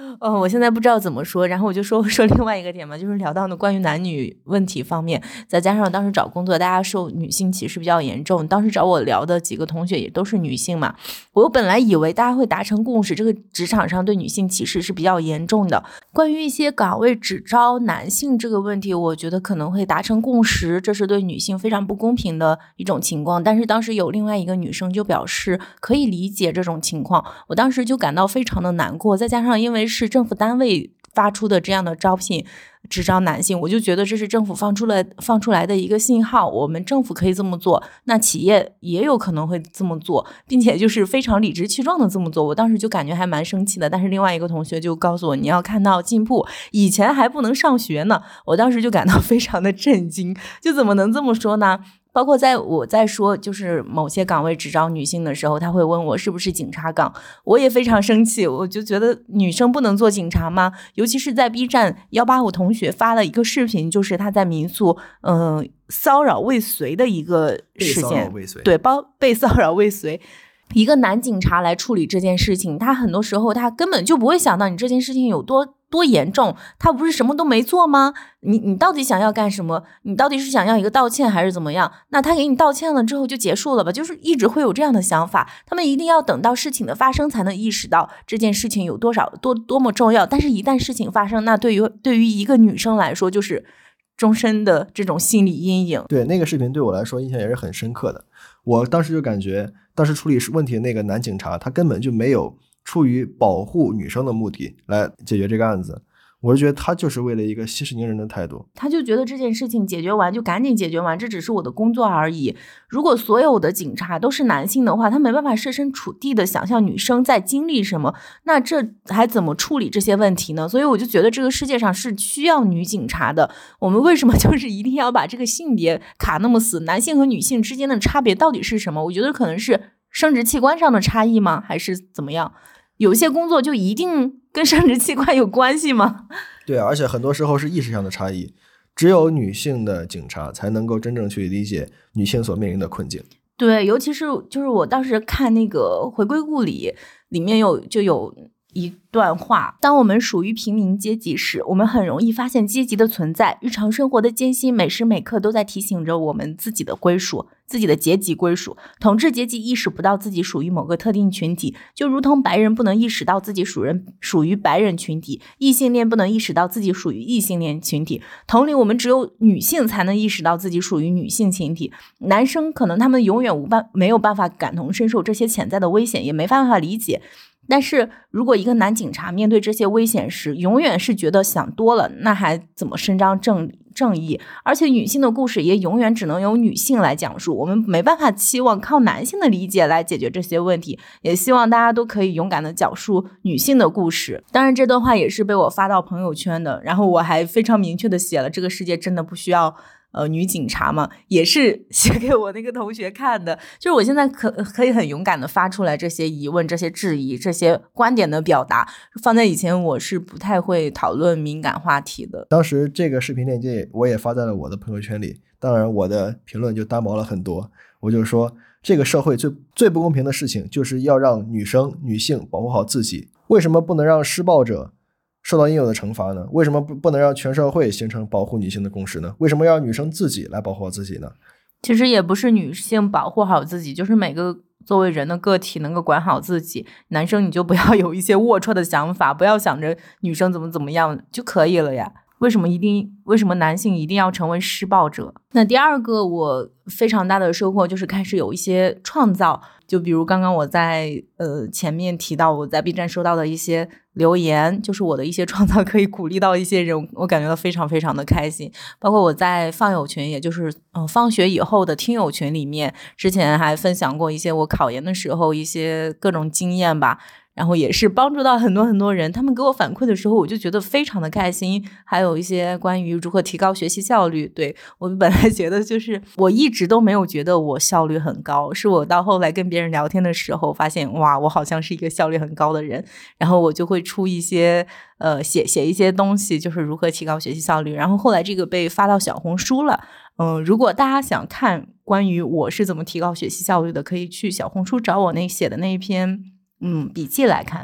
呃，我现在不知道怎么说，然后我就说说另外一个点嘛，就是聊到呢关于男女问题方面，再加上当时找工作，大家受女性歧视比较严重，当时找我聊的几个同学也都是女性嘛，我本来以为大家会达成共识，这个职场上对女性歧视是比较严重的。关于一些岗位只招男性这个问题，我觉得可能会达成共识，这是对女性非常不公平的一种情况。但是当时有另外一个女生就表示可以理解这种情况，我当时就感到非常的难过，再加上因为是政府单位发出的这样的招聘只招男性，我就觉得这是政府放出来放出来的一个信号，我们政府可以这么做，那企业也有可能会这么做，并且就是非常理直气壮的这么做。我当时就感觉还蛮生气的，但是另外一个同学就告诉我，你要看到进步，以前还不能上学呢。我当时就感到非常的震惊，就怎么能这么说呢？包括在我在说就是某些岗位只招女性的时候，他会问我是不是警察岗，我也非常生气，我就觉得女生不能做警察吗？尤其是在 B 站一八五同学发了一个视频，就是他在民宿嗯、呃、骚扰未遂的一个事件，对，包被骚扰未遂，一个男警察来处理这件事情，他很多时候他根本就不会想到你这件事情有多多严重，他不是什么都没做吗？你你到底想要干什么？你到底是想要一个道歉还是怎么样？那他给你道歉了之后就结束了吧？就是一直会有这样的想法，他们一定要等到事情的发生才能意识到这件事情有多少多多么重要。但是一旦事情发生，那对于对于一个女生来说就是终身的这种心理阴影。 对，那个视频对我来说印象也是很深刻的。我当时就感觉当时处理问题的那个男警察，他根本就没有出于保护女生的目的来解决这个案子，我就觉得他就是为了一个息事宁人的态度， 他就觉得这件事情解决完就赶紧解决完，这只是我的工作而已。如果所有的警察都是男性的话，他没办法设身处地的想象女生在经历什么，那这还怎么处理这些问题呢？所以我就觉得这个世界上是需要女警察的，我们为什么就是一定要把这个性别卡那么死？男性和女性之间的差别到底是什么？我觉得可能是生殖器官上的差异吗？还是怎么样？有些工作就一定跟生殖器官有关系吗？ 对，而且很多时候是意识上的差异，只有女性的警察才能够真正去理解女性所面临的困境。 对，尤其是就是我当时看那个回归故里里面有就有一段话，当我们属于平民阶级时，我们很容易发现阶级的存在，日常生活的艰辛每时每刻都在提醒着我们自己的归属，自己的阶级归属。统治阶级意识不到自己属于某个特定群体，就如同白人不能意识到自己属人属于白人群体，异性恋不能意识到自己属于异性恋群体。同理，我们只有女性才能意识到自己属于女性群体，男生可能他们永远无办没有办法感同身受这些潜在的危险，也没办法理解。但是如果一个男警察面对这些危险时永远是觉得想多了，那还怎么伸张正正义？而且女性的故事也永远只能由女性来讲述，我们没办法期望靠男性的理解来解决这些问题，也希望大家都可以勇敢的讲述女性的故事。当然这段话也是被我发到朋友圈的，然后我还非常明确的写了这个世界真的不需要呃，女警察嘛，也是写给我那个同学看的。就是我现在可可以很勇敢的发出来这些疑问、这些质疑、这些观点的表达，放在以前我是不太会讨论敏感话题的。 当时这个视频链接我也发在了我的朋友圈里，当然我的评论就单薄了很多，我就说这个社会最最不公平的事情就是要让女生女性保护好自己，为什么不能让施暴者受到应有的惩罚呢？为什么不不能让全社会形成保护女性的共识呢？为什么要女生自己来保护好自己呢？ 其实也不是女性保护好自己，就是每个作为人的个体能够管好自己。男生你就不要有一些龌龊的想法，不要想着女生怎么怎么样就可以了呀。为什么一定为什么男性一定要成为施暴者？那第二个我非常大的收获就是开始有一些创造，就比如刚刚我在呃前面提到我在 B 站收到的一些留言，就是我的一些创造可以鼓励到一些人，我感觉到非常非常的开心。包括我在放友群，也就是嗯、呃、放学以后的听友群里面，之前还分享过一些我考研的时候一些各种经验吧，然后也是帮助到很多很多人，他们给我反馈的时候我就觉得非常的开心。还有一些关于如何提高学习效率，对，我本来觉得就是我一直都没有觉得我效率很高，是我到后来跟别人聊天的时候发现，哇，我好像是一个效率很高的人，然后我就会出一些呃写写一些东西，就是如何提高学习效率。然后后来这个被发到小红书了，嗯、呃，如果大家想看关于我是怎么提高学习效率的，可以去小红书找我那写的那一篇嗯笔记来看。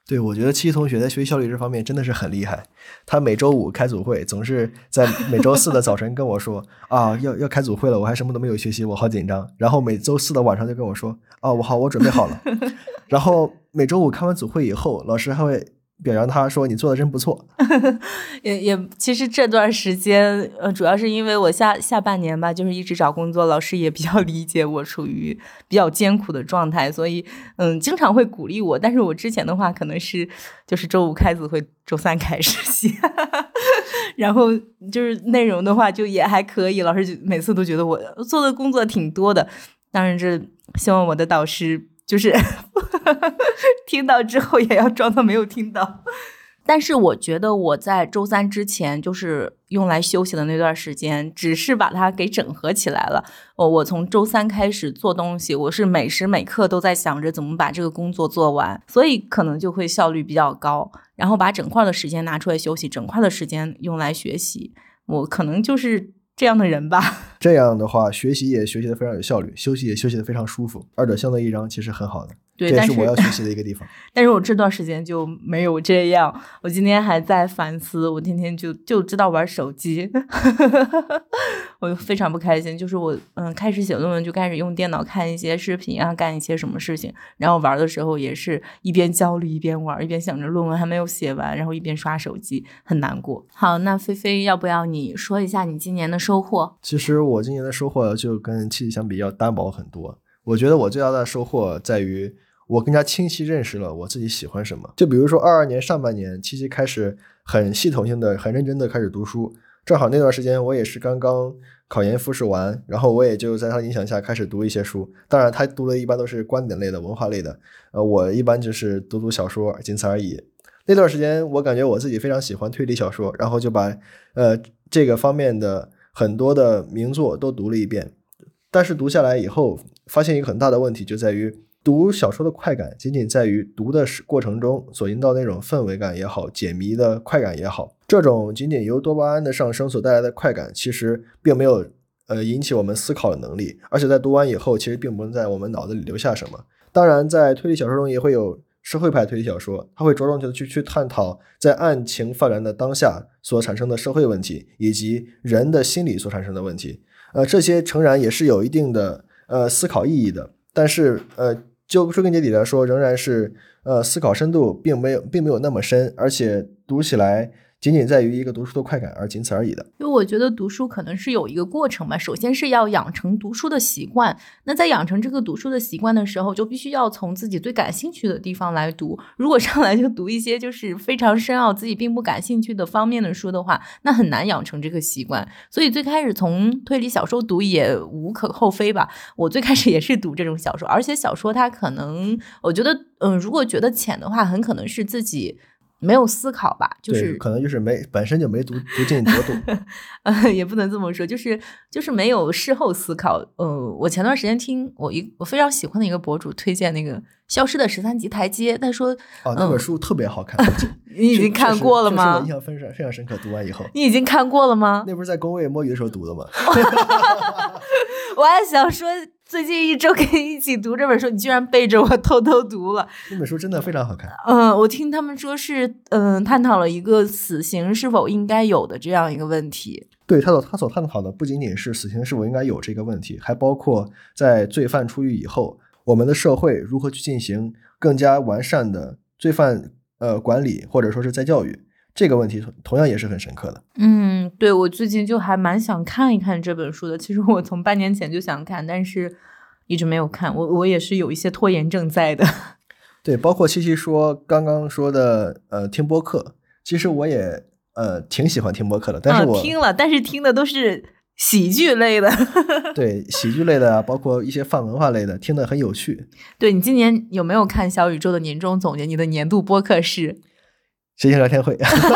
对，我觉得七七同学在学习效率这方面真的是很厉害。他每周五开组会，总是在每周四的早晨跟我说啊，要要开组会了，我还什么都没有学习，我好紧张。然后每周四的晚上就跟我说啊，我好，我准备好了。然后每周五开完组会以后，老师还会表扬他说你做的真不错。 也也其实这段时间呃，主要是因为我下下半年吧，就是一直找工作，老师也比较理解我处于比较艰苦的状态，所以嗯，经常会鼓励我。但是我之前的话可能是就是周五开组会，周三开实习然后就是内容的话就也还可以，老师就每次都觉得我做的工作挺多的。当然这希望我的导师就是听到之后也要装作没有听到。但是我觉得我在周三之前就是用来休息的那段时间，只是把它给整合起来了。我我从周三开始做东西，我是每时每刻都在想着怎么把这个工作做完，所以可能就会效率比较高。然后把整块的时间拿出来休息，整块的时间用来学习，我可能就是这样的人吧。 这样的话，学习也学习的非常有效率，休息也休息的非常舒服，二者相得益彰，其实很好的。 对， 这也是我要学习的一个地方。 但是我这段时间就没有这样，我今天还在反思，我天天就就知道玩手机我非常不开心。就是我嗯开始写论文就开始用电脑看一些视频啊，干一些什么事情，然后玩的时候也是一边焦虑一边玩，一边想着论文还没有写完，然后一边刷手机，很难过。好，那菲菲要不要你说一下你今年的收获？ 其实我今年的收获就跟七七相比要单薄很多。我觉得我最大的收获在于我更加清晰认识了我自己喜欢什么。就比如说二二年上半年，七七开始很系统性的很认真的开始读书，正好那段时间我也是刚刚考研复试完，然后我也就在他影响下开始读一些书。当然他读的一般都是观点类的文化类的，呃，我一般就是读读小说，仅此而已。那段时间我感觉我自己非常喜欢推理小说，然后就把呃这个方面的很多的名作都读了一遍。但是读下来以后发现一个很大的问题，就在于读小说的快感仅仅在于读的过程中所营造那种氛围感也好，解谜的快感也好，这种仅仅由多巴胺的上升所带来的快感其实并没有呃引起我们思考的能力，而且在读完以后其实并不能在我们脑子里留下什么。当然在推理小说中也会有社会派推理小说，它会着重的去去探讨在案情发展的当下所产生的社会问题，以及人的心理所产生的问题。呃，这些诚然也是有一定的呃思考意义的，但是呃就归根结底来说，仍然是呃思考深度并没有并没有那么深，而且读起来仅仅在于一个读书的快感而仅此而已的。 因为我觉得读书可能是有一个过程吧，首先是要养成读书的习惯，那在养成这个读书的习惯的时候，就必须要从自己最感兴趣的地方来读。如果上来就读一些就是非常深奥自己并不感兴趣的方面的书的话，那很难养成这个习惯。所以最开始从推理小说读也无可厚非吧，我最开始也是读这种小说，而且小说它可能我觉得嗯、呃，如果觉得浅的话，很可能是自己没有思考吧，就是可能就是没本身就没读读进多读呃，也不能这么说，就是就是没有事后思考。呃，我前段时间听我一我非常喜欢的一个博主推荐那个《消失的十三级台阶》，他说哦，那本书特别好看。 你已经看过了吗？ 我印象非常非常深刻，读完以后。 你已经看过了吗？ 那不是在工位摸鱼的时候读的吗？ 我还想说最近一周跟你一起读这本书，你居然背着我偷偷读了。 那本书真的非常好看。 嗯、呃，我听他们说是嗯、呃，探讨了一个死刑是否应该有的这样一个问题。 对，他所他所探讨的不仅仅是死刑是否应该有这个问题，还包括在罪犯出狱以后，我们的社会如何去进行更加完善的罪犯呃管理，或者说是再教育。这个问题同样也是很深刻的。 嗯，对，我最近就还蛮想看一看这本书的。其实我从半年前就想看，但是一直没有看。我我也是有一些拖延症在的。 对，包括七七说刚刚说的呃听播客，其实我也呃挺喜欢听播客的，但是我、 啊、听了，但是听的都是喜剧类的。 对，喜剧类的啊，包括一些泛文化类的，听得很有趣。 对，你今年有没有看小宇宙的年终总结？你的年度播客是谐星聊天会。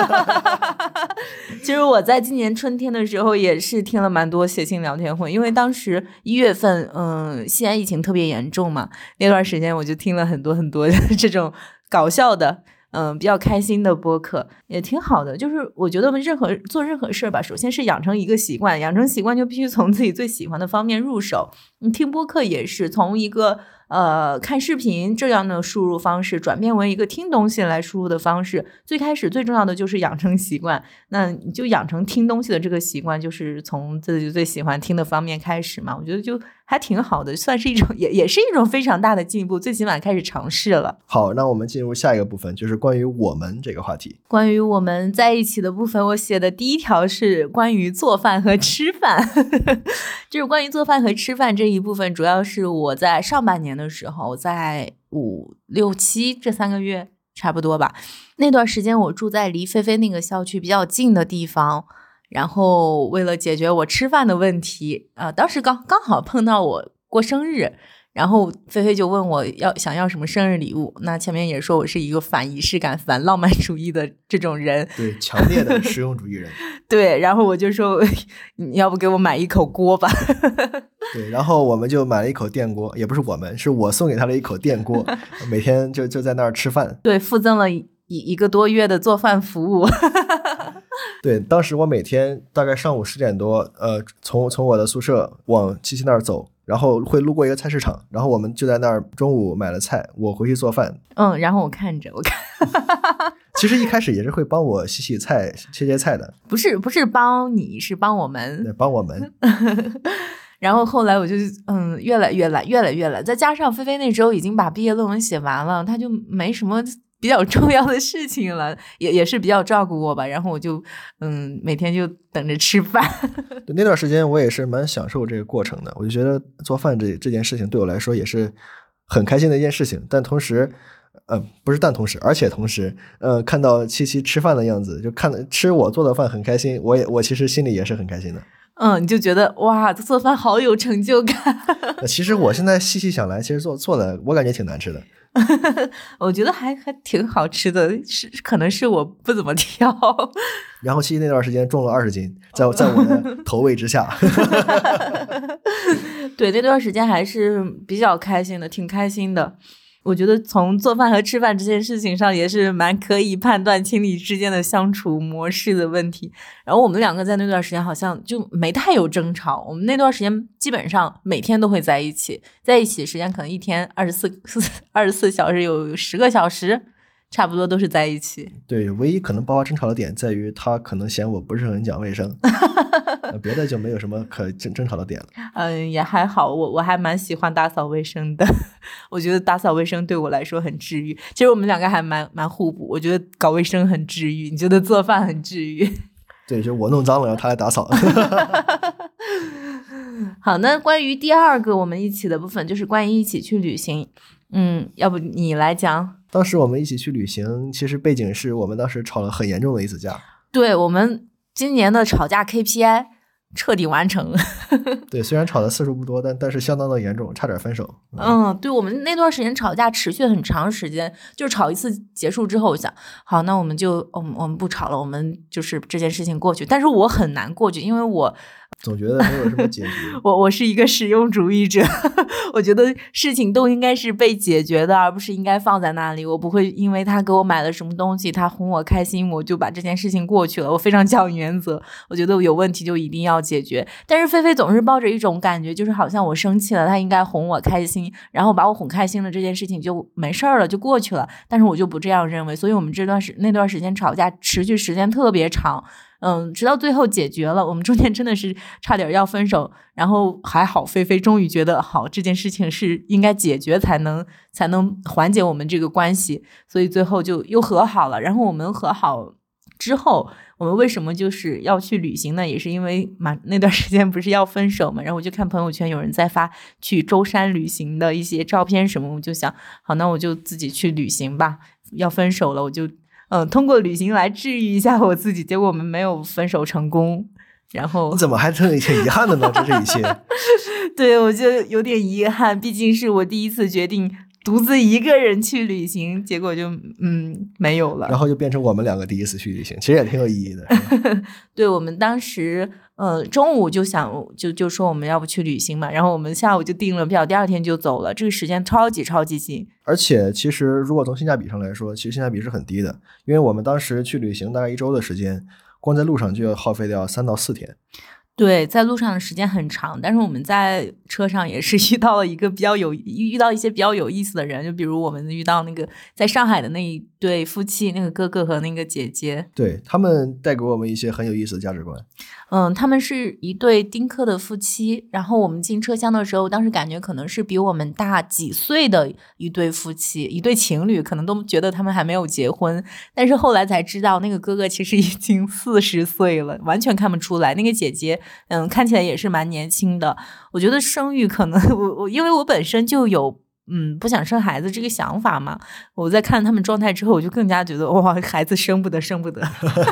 其实我在今年春天的时候也是听了蛮多谐星聊天会，因为当时一月份嗯，西安疫情特别严重嘛，那段时间我就听了很多很多这种搞笑的嗯，比较开心的播客，也挺好的。就是我觉得任何做任何事吧，首先是养成一个习惯，养成习惯就必须从自己最喜欢的方面入手。你听播客也是从一个呃看视频这样的输入方式转变为一个听东西来输入的方式。最开始最重要的就是养成习惯，那你就养成听东西的这个习惯，就是从自己最喜欢听的方面开始嘛。我觉得就还挺好的，算是一种也也是一种非常大的进步，最起码开始尝试了。 好，那我们进入下一个部分，就是关于我们这个话题。 关于我们在一起的部分，我写的第一条是关于做饭和吃饭就是关于做饭和吃饭这一部分，主要是我在上半年的时候，在五六七这三个月差不多吧，那段时间我住在离菲菲那个校区比较近的地方，然后为了解决我吃饭的问题，呃，当时刚刚好碰到我过生日，然后菲菲就问我要想要什么生日礼物。那前面也说我是一个反仪式感、反浪漫主义的这种人， 对，强烈的实用主义人。 对，然后我就说你要不给我买一口锅吧。 对，然后我们就买了一口电锅，也不是我们，是我送给他了一口电锅，每天就就在那儿吃饭。 对，附赠了一一个多月的做饭服务。 对，当时我每天大概上午十点多，呃，从从我的宿舍往七七那儿走，然后会路过一个菜市场，然后我们就在那儿中午买了菜，我回去做饭。 嗯，然后我看着我看其实一开始也是会帮我洗洗菜、切切菜的。 不是不是帮你，是帮我们。 对，帮我们。 然后后来我就嗯越来越懒，越来越懒，再加上菲菲那时候已经把毕业论文写完了，她就没什么比较重要的事情了，也也是比较照顾我吧。然后我就嗯每天就等着吃饭。 对，那段时间我也是蛮享受这个过程的，我就觉得做饭这这件事情对我来说也是很开心的一件事情。但同时呃，不是但同时，而且同时，呃，看到七七吃饭的样子，就看吃我做的饭很开心，我也我其实心里也是很开心的。 嗯，你就觉得哇，做饭好有成就感。 其实我现在细细想来，其实做做的我感觉挺难吃的。 我觉得还还挺好吃的，是可能是我不怎么挑。 然后七七那段时间重了二十斤，在在我的投喂之下。 对，那段时间还是比较开心的，挺开心的。我觉得从做饭和吃饭这件事情上也是蛮可以判断情侣之间的相处模式的问题。然后我们两个在那段时间好像就没太有争吵，我们那段时间基本上每天都会在一起，在一起时间可能一天二十四二十四小时有十个小时差不多都是在一起。 对，唯一可能爆发争吵的点在于他可能嫌我不是很讲卫生。别的就没有什么可争争吵的点了。 嗯，也还好，我我还蛮喜欢打扫卫生的。我觉得打扫卫生对我来说很治愈。其实我们两个还蛮蛮互补，我觉得搞卫生很治愈，你觉得做饭很治愈。 对，就是我弄脏了，然后他来打扫。 好，那关于第二个我们一起的部分，就是关于一起去旅行。嗯，要不你来讲？ 当时我们一起去旅行，其实背景是我们当时吵了很严重的一次架。 对，我们今年的吵架 K P I 彻底完成了。 对，虽然吵的次数不多，但但是相当的严重，差点分手。 嗯, 嗯对，我们那段时间吵架持续很长时间，就是吵一次结束之后，我想好，那我们就我们我们不吵了，我们就是这件事情过去。但是我很难过去，因为我总觉得没有什么解决。 我我是一个实用主义者，我觉得事情都应该是被解决的，而不是应该放在那里。我不会因为他给我买了什么东西，他哄我开心，我就把这件事情过去了。我非常讲原则，我觉得有问题就一定要解决。但是菲菲总是抱着一种感觉，就是好像我生气了，他应该哄我开心，然后把我哄开心了，这件事情就没事了，就过去了。但是我就不这样认为，所以我们这段时那段时间吵架持续时间特别长。嗯，直到最后解决了，我们中间真的是差点要分手，然后还好菲菲终于觉得好，这件事情是应该解决才能才能缓解我们这个关系，所以最后就又和好了。然后我们和好之后，我们为什么就是要去旅行呢？也是因为嘛，那段时间不是要分手嘛，然后我就看朋友圈有人在发去舟山旅行的一些照片什么，我就想好，那我就自己去旅行吧，要分手了我就嗯，通过旅行来治愈一下我自己，结果我们没有分手成功。然后你怎么还挺挺遗憾的呢？这是一切。 对，我就有点遗憾，毕竟是我第一次决定独自一个人去旅行，结果就嗯没有了。 然后就变成我们两个第一次去旅行，其实也挺有意义的。 对，我们当时呃中午就想就就说我们要不去旅行嘛，然后我们下午就订了票，第二天就走了，这个时间超级超级近。 而且其实如果从性价比上来说，其实性价比是很低的，因为我们当时去旅行大概一周的时间，光在路上就要耗费掉三到四天。 对，在路上的时间很长，但是我们在车上也是遇到了一个比较有遇到一些比较有意思的人，就比如我们遇到那个在上海的那一对夫妻，那个哥哥和那个姐姐， 对，他们带给我们一些很有意思的价值观。 嗯，他们是一对丁克的夫妻，然后我们进车厢的时候，当时感觉可能是比我们大几岁的一对夫妻，一对情侣，可能都觉得他们还没有结婚，但是后来才知道那个哥哥其实已经四十岁了，完全看不出来。那个姐姐嗯，看起来也是蛮年轻的。我觉得生育可能我我因为我本身就有嗯不想生孩子这个想法嘛，我在看他们状态之后，我就更加觉得哇，孩子生不得生不得。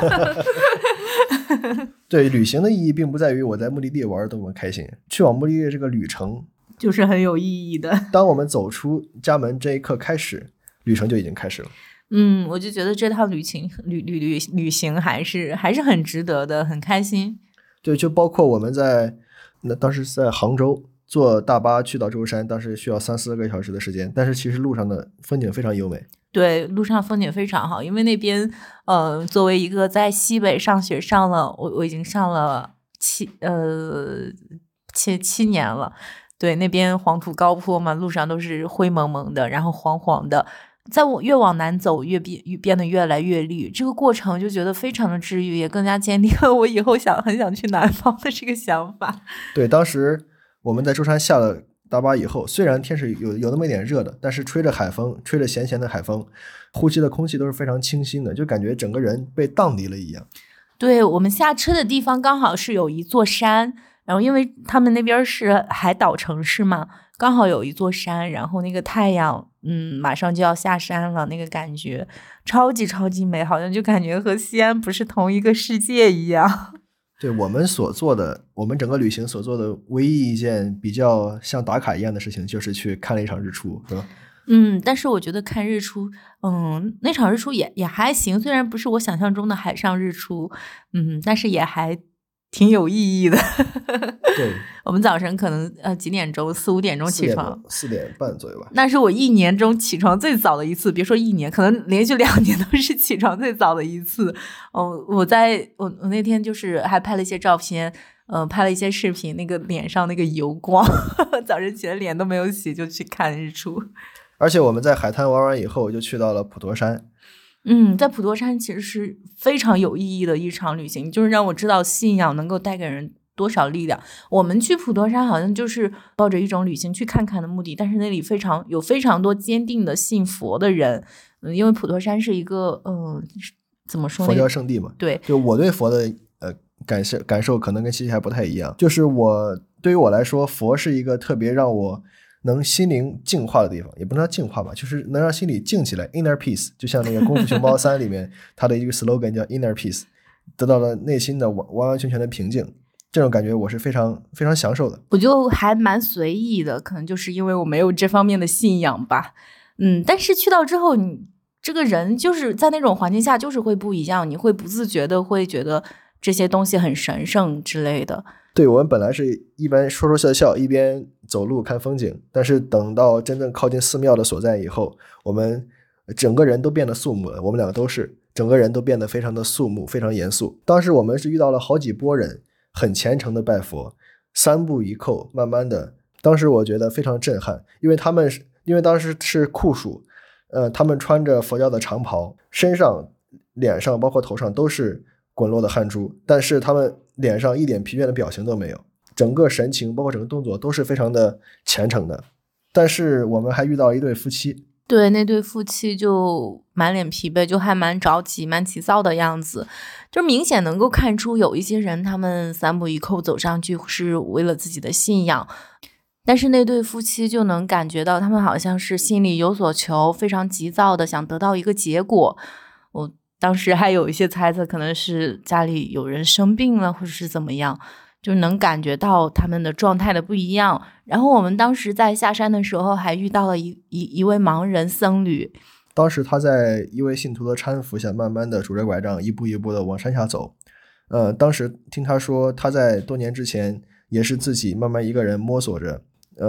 对，旅行的意义并不在于我在目的地玩多么开心，去往目的地这个旅程就是很有意义的。 当我们走出家门这一刻开始，旅程就已经开始了。 嗯，我就觉得这趟旅行旅旅旅旅行还是还是很值得的，很开心。 对，就包括我们在那当时在杭州坐大巴去到舟山，当时需要三四个小时的时间，但是其实路上的风景非常优美。 对，路上风景非常好，因为那边呃，作为一个在西北上学上了我我已经上了七呃七七年了。对，那边黄土高坡嘛，路上都是灰蒙蒙的，然后黄黄的。在我越往南走越变越变得越来越绿，这个过程就觉得非常的治愈，也更加坚定了我以后想很想去南方的这个想法。 对，当时我们在舟山下了大巴以后，虽然天是有有那么一点热的，但是吹着海风，吹着咸咸的海风，呼吸的空气都是非常清新的，就感觉整个人被荡涤了一样。 对，我们下车的地方刚好是有一座山，然后因为他们那边是海岛城市嘛，刚好有一座山，然后那个太阳嗯马上就要下山了，那个感觉超级超级美，好像就感觉和西安不是同一个世界一样。 对，我们所做的我们整个旅行所做的唯一一件比较像打卡一样的事情，就是去看了一场日出，是吧？ 嗯，但是我觉得看日出嗯，那场日出也也还行，虽然不是我想象中的海上日出，嗯，但是也还挺有意义的。 对， 我们早晨可能呃几点钟，四五点钟起床， 四点半左右吧。 那是我一年中起床最早的一次，别说一年，可能连续两年都是起床最早的一次。哦，我在我我那天就是还拍了一些照片，嗯、呃，拍了一些视频，那个脸上那个油光，早晨起来脸都没有洗就去看日出。 而且我们在海滩玩完以后，就去到了普陀山。 嗯，在普陀山其实是非常有意义的一场旅行，就是让我知道信仰能够带给人多少力量。我们去普陀山好像就是抱着一种旅行去看看的目的，但是那里非常有非常多坚定的信佛的人。嗯，因为普陀山是一个嗯，怎么说呢？ 佛教圣地嘛。 对， 就我对佛的呃感受感受可能跟西西还不太一样，就是我对于我来说，佛是一个特别让我能心灵净化的地方，也不能叫净化吧，就是能让心里静起来 inner peace， 就像那个功夫熊猫三里面它的一个 slogan 叫 inner peace， 得到了内心的完完完全全的平静，这种感觉我是非常非常享受的。 我就还蛮随意的，可能就是因为我没有这方面的信仰吧。嗯，但是去到之后你这个人就是在那种环境下就是会不一样，你会不自觉的会觉得这些东西很神圣之类的。 对，我们本来是一边说说笑笑一边走路看风景，但是等到真正靠近寺庙的所在以后，我们整个人都变得肃穆了，我们两个都是整个人都变得非常的肃穆，非常严肃。当时我们是遇到了好几波人很虔诚的拜佛，三步一叩，慢慢的，当时我觉得非常震撼，因为他们是因为当时是酷暑，呃，他们穿着佛教的长袍，身上脸上包括头上都是滚落的汗珠，但是他们脸上一点疲倦的表情都没有，整个神情包括整个动作都是非常的虔诚的。但是我们还遇到一对夫妻， 对，那对夫妻就满脸疲惫，就还蛮着急蛮急躁的样子，就明显能够看出有一些人他们三步一叩走上去是为了自己的信仰，但是那对夫妻就能感觉到他们好像是心里有所求，非常急躁的想得到一个结果。我当时还有一些猜测，可能是家里有人生病了或者是怎么样，就能感觉到他们的状态的不一样。然后我们当时在下山的时候还遇到了一一一位盲人僧侣， 当时他在一位信徒的搀扶下慢慢的拄着拐杖一步一步的往山下走。呃，当时听他说他在多年之前也是自己慢慢一个人摸索着呃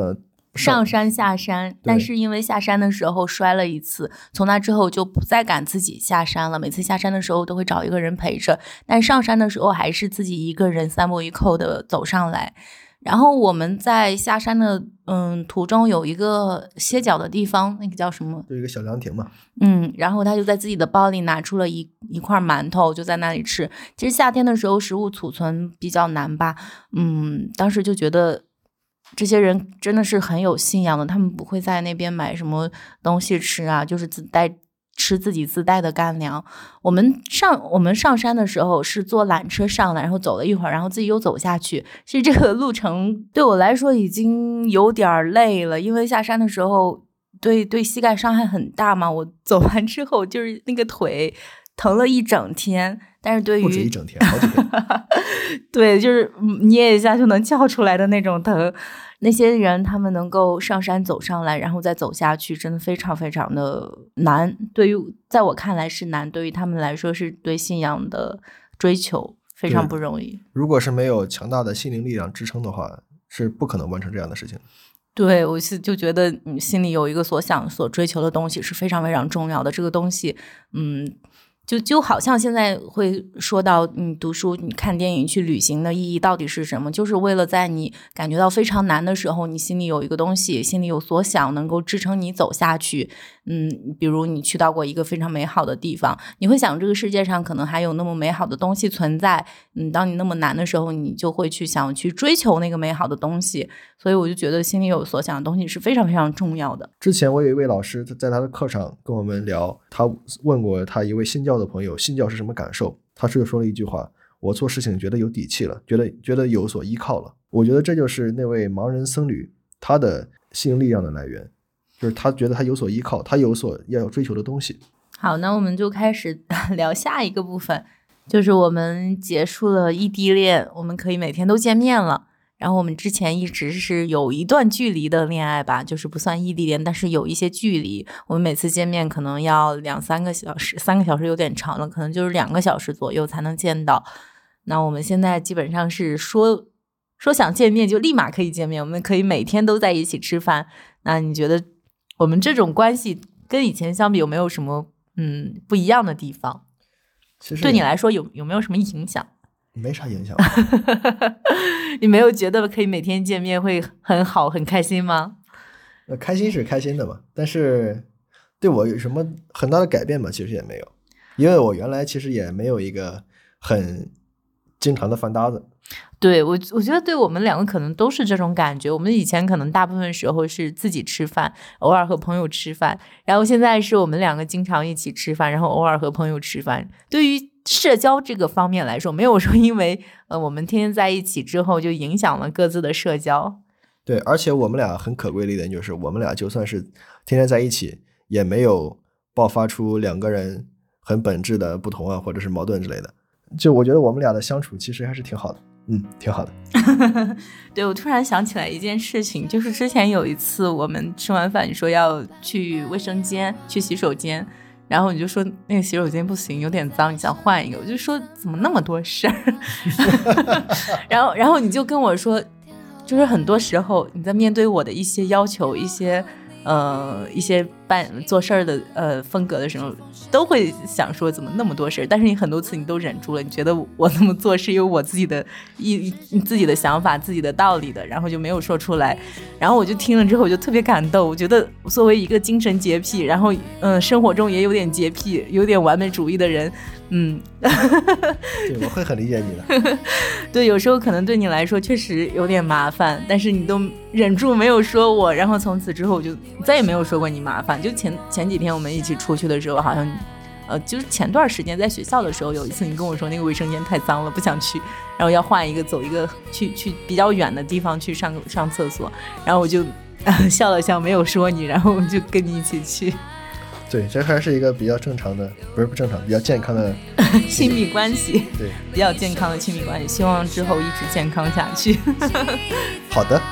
上山下山，但是因为下山的时候摔了一次，从那之后就不再敢自己下山了。每次下山的时候都会找一个人陪着，但上山的时候还是自己一个人三步一叩的走上来。然后我们在下山的嗯途中有一个歇脚的地方，那个叫什么？ 就一个小凉亭嘛。 嗯，然后他就在自己的包里拿出了一一块馒头，就在那里吃。其实夏天的时候食物储存比较难吧，嗯，当时就觉得这些人真的是很有信仰的，他们不会在那边买什么东西吃啊，就是自带吃自己自带的干粮。我们上我们上山的时候是坐缆车上来，然后走了一会儿，然后自己又走下去。其实这个路程对我来说已经有点累了，因为下山的时候对对膝盖伤害很大嘛。我走完之后就是那个腿疼了一整天，但是对于不止一整天，好几天。 对，就是捏一下就能叫出来的那种疼。那些人他们能够上山走上来，然后再走下去，真的非常非常的难。对于在我看来是难，对于他们来说是对信仰的追求，非常不容易。 如果是没有强大的心灵力量支撑的话，是不可能完成这样的事情。 对，我是就觉得你心里有一个所想所追求的东西是非常非常重要的。这个东西嗯就就好像现在会说到你读书你看电影去旅行的意义到底是什么，就是为了在你感觉到非常难的时候，你心里有一个东西，心里有所想，能够支撑你走下去。嗯，比如你去到过一个非常美好的地方，你会想这个世界上可能还有那么美好的东西存在。嗯，当你那么难的时候，你就会去想去追求那个美好的东西。所以我就觉得心里有所想的东西是非常非常重要的。 之前我有一位老师在他的课上跟我们聊，他问过他一位信教的朋友信教是什么感受，他是说了一句话：我做事情觉得有底气了，觉得觉得有所依靠了。我觉得这就是那位盲人僧侣他的心灵力量的来源，就是他觉得他有所依靠，他有所要追求的东西。 好，那我们就开始聊下一个部分，就是我们结束了异地恋，我们可以每天都见面了。然后我们之前一直是有一段距离的恋爱吧，就是不算异地恋，但是有一些距离。我们每次见面可能要两三个小时，三个小时有点长了，可能就是两个小时左右才能见到。那我们现在基本上是说说想见面就立马可以见面，我们可以每天都在一起吃饭。那你觉得我们这种关系跟以前相比有没有什么嗯不一样的地方？ 其实对你来说有有没有什么影响？ 没啥影响。 你没有觉得可以每天见面会很好很开心吗？ 呃，开心是开心的嘛，但是对我有什么很大的改变吗？其实也没有，因为我原来其实也没有一个很经常的饭搭子。 对，我我觉得对我们两个可能都是这种感觉。我们以前可能大部分时候是自己吃饭，偶尔和朋友吃饭，然后现在是我们两个经常一起吃饭，然后偶尔和朋友吃饭。对于社交这个方面来说，没有说因为呃我们天天在一起之后就影响了各自的社交。 对，而且我们俩很可贵的一点就是，我们俩就算是天天在一起，也没有爆发出两个人很本质的不同啊，或者是矛盾之类的。就我觉得我们俩的相处其实还是挺好的。嗯，挺好的。 对，我突然想起来一件事情，就是之前有一次我们吃完饭，你说要去卫生间，去洗手间，然后你就说那个洗手间不行，有点脏，你想换一个。我就说怎么那么多事儿，然后然后你就跟我说，就是很多时候你在面对我的一些要求，一些呃一些办做事儿的呃风格的时候，都会想说怎么那么多事儿，但是你很多次你都忍住了，你觉得我这么做是有我自己的一自己的想法自己的道理的，然后就没有说出来。然后我就听了之后我就特别感动，我觉得作为一个精神洁癖，然后嗯、呃、生活中也有点洁癖有点完美主义的人，嗯对，我会很理解你的。 对，有时候可能对你来说确实有点麻烦，但是你都忍住没有说我，然后从此之后我就再也没有说过你麻烦。就前前几天我们一起出去的时候，好像呃，就是前段时间在学校的时候，有一次你跟我说那个卫生间太脏了，不想去，然后要换一个，走一个去去比较远的地方去上上厕所，然后我就、呃、笑了笑，没有说你，然后我就跟你一起去。 对，这还是一个比较正常的，不是不正常，比较健康的亲密关系。 对， 比较健康的亲密关系，希望之后一直健康下去。 好的。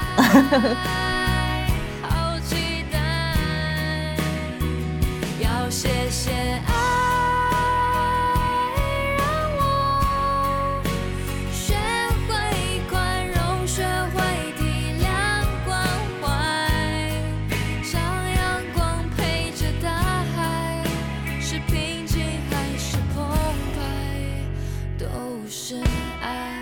谢谢爱，让我学会宽容，学会体谅关怀。 是平静还是澎湃，都是爱。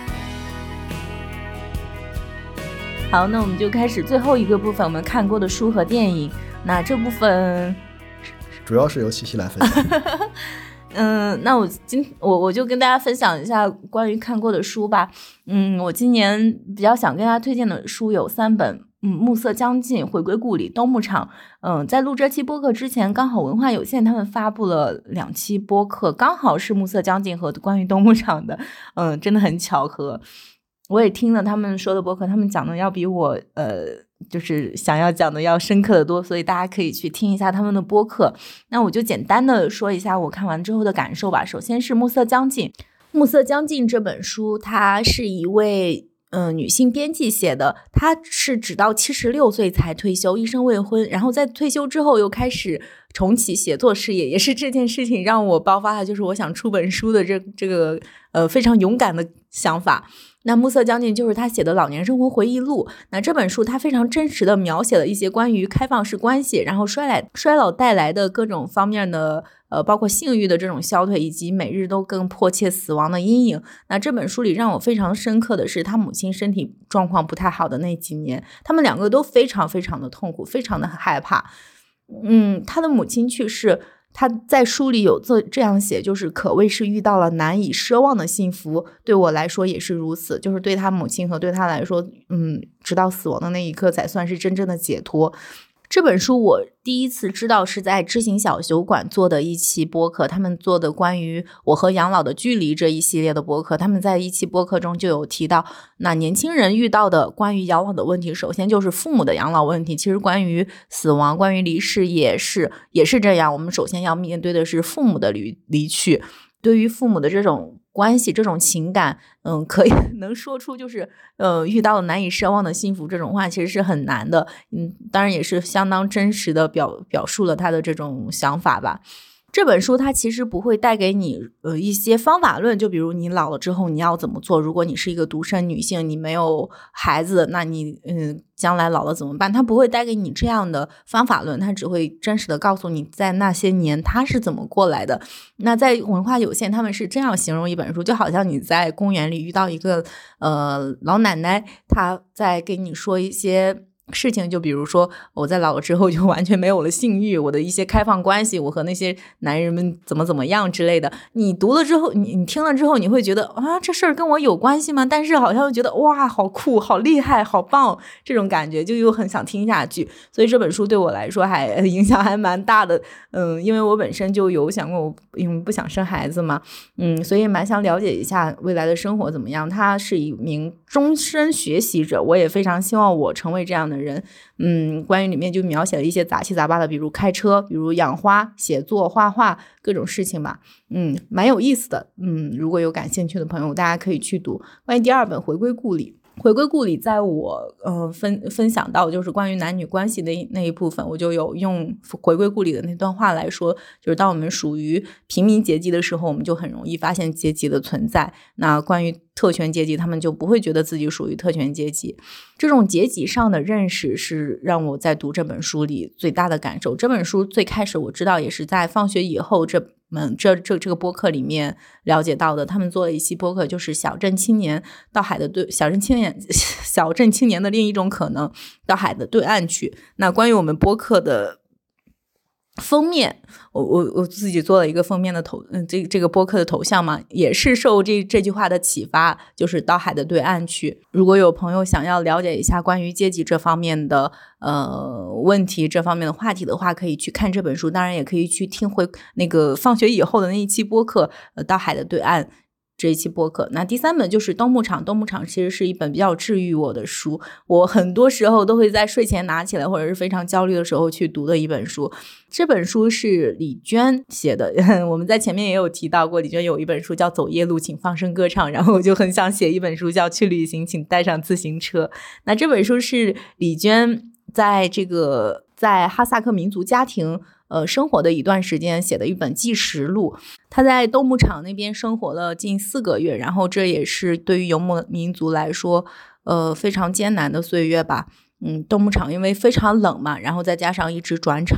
好，那我们就开始最后一个部分，我们看过的书和电影。那这部分主要是由七七来分享。 嗯，那我今我我就跟大家分享一下关于看过的书吧。嗯，我今年比较想跟大家推荐的书有三本。嗯，暮色将近，回归故里，冬牧场。嗯，在录这期播客之前，刚好文化有限他们发布了两期播客，刚好是暮色将近和关于冬牧场的。嗯，真的很巧合。我也听了他们说的播客，他们讲的要比我呃，就是想要讲的要深刻的多，所以大家可以去听一下他们的播客。那我就简单的说一下我看完之后的感受吧。首先是暮色将近，暮色将近这本书，它是一位嗯、呃，女性编辑写的，她是直到七十六岁才退休，一生未婚，然后在退休之后又开始重启写作事业，也是这件事情让我爆发的，就是我想出本书的这这个呃非常勇敢的想法。那暮色将近就是他写的老年生活回忆录。那这本书他非常真实的描写了一些关于开放式关系，然后衰来衰老带来的各种方面的呃，包括性欲的这种消退，以及每日都更迫切死亡的阴影。那这本书里让我非常深刻的是他母亲身体状况不太好的那几年，他们两个都非常非常的痛苦，非常的害怕。嗯，他的母亲去世，他在书里有这这样写，就是可谓是遇到了难以奢望的幸福，对我来说也是如此，就是对他母亲和对他来说，嗯，直到死亡的那一刻才算是真正的解脱。这本书我第一次知道是在知行小酒馆做的一期播客，他们做的关于我和养老的距离这一系列的播客，他们在一期播客中就有提到，那年轻人遇到的关于养老的问题，首先就是父母的养老问题，其实关于死亡，关于离世也是也是这样，我们首先要面对的是父母的离离去，对于父母的这种关系，这种情感，嗯，可以能说出就是呃遇到了难以奢望的幸福这种话，其实是很难的。嗯，当然也是相当真实的表表述了他的这种想法吧。这本书它其实不会带给你呃一些方法论，就比如你老了之后你要怎么做，如果你是一个独生女性，你没有孩子，那你嗯将来老了怎么办，它不会带给你这样的方法论，它只会真实的告诉你在那些年他是怎么过来的。那在文化有限他们是这样形容一本书，就好像你在公园里遇到一个呃老奶奶，她在给你说一些事情，就比如说我在老了之后就完全没有了性欲，我的一些开放关系，我和那些男人们怎么怎么样之类的，你读了之后，你你听了之后，你会觉得啊，这事儿跟我有关系吗？但是好像又觉得哇，好酷，好厉害，好棒，这种感觉就又很想听下去。所以这本书对我来说还影响还蛮大的。嗯，因为我本身就有想过，我因为不想生孩子嘛，嗯，所以蛮想了解一下未来的生活怎么样。他是一名终身学习者，我也非常希望我成为这样的人。嗯，关于里面就描写了一些杂七杂八的，比如开车，比如养花、写作、画画，各种事情吧。嗯，蛮有意思的。嗯，如果有感兴趣的朋友，大家可以去读。关于第二本《回归故里》。回归故里在我呃分分享到就是关于男女关系的那一部分，我就有用回归故里的那段话来说，就是当我们属于平民阶级的时候，我们就很容易发现阶级的存在。那关于特权阶级，他们就不会觉得自己属于特权阶级。这种阶级上的认识是让我在读这本书里最大的感受。这本书最开始我知道也是在放学以后这嗯，这这这个播客里面了解到的，他们做了一期播客，就是小镇青年到海的对小镇青年小镇青年的另一种可能，到海的对岸去。那关于我们播客的封面，我我我自己做了一个封面的头，嗯，这这个播客的头像嘛，也是受这这句话的启发，就是到海的对岸去。如果有朋友想要了解一下关于阶级这方面的呃问题，这方面的话题的话，可以去看这本书，当然也可以去听回那个放学以后的那一期播客，呃，到海的对岸。这一期播客。那第三本就是冬牧场，冬牧场其实是一本比较治愈我的书，我很多时候都会在睡前拿起来，或者是非常焦虑的时候去读的一本书。这本书是李娟写的，我们在前面也有提到过，李娟有一本书叫走夜路请放声歌唱，然后我就很想写一本书叫去旅行请带上自行车。那这本书是李娟在这个在哈萨克民族家庭呃，生活的一段时间写的一本纪实录。他在冬牧场那边生活了近四个月，然后这也是对于游牧民族来说呃，非常艰难的岁月吧。嗯，冬牧场因为非常冷嘛，然后再加上一直转场，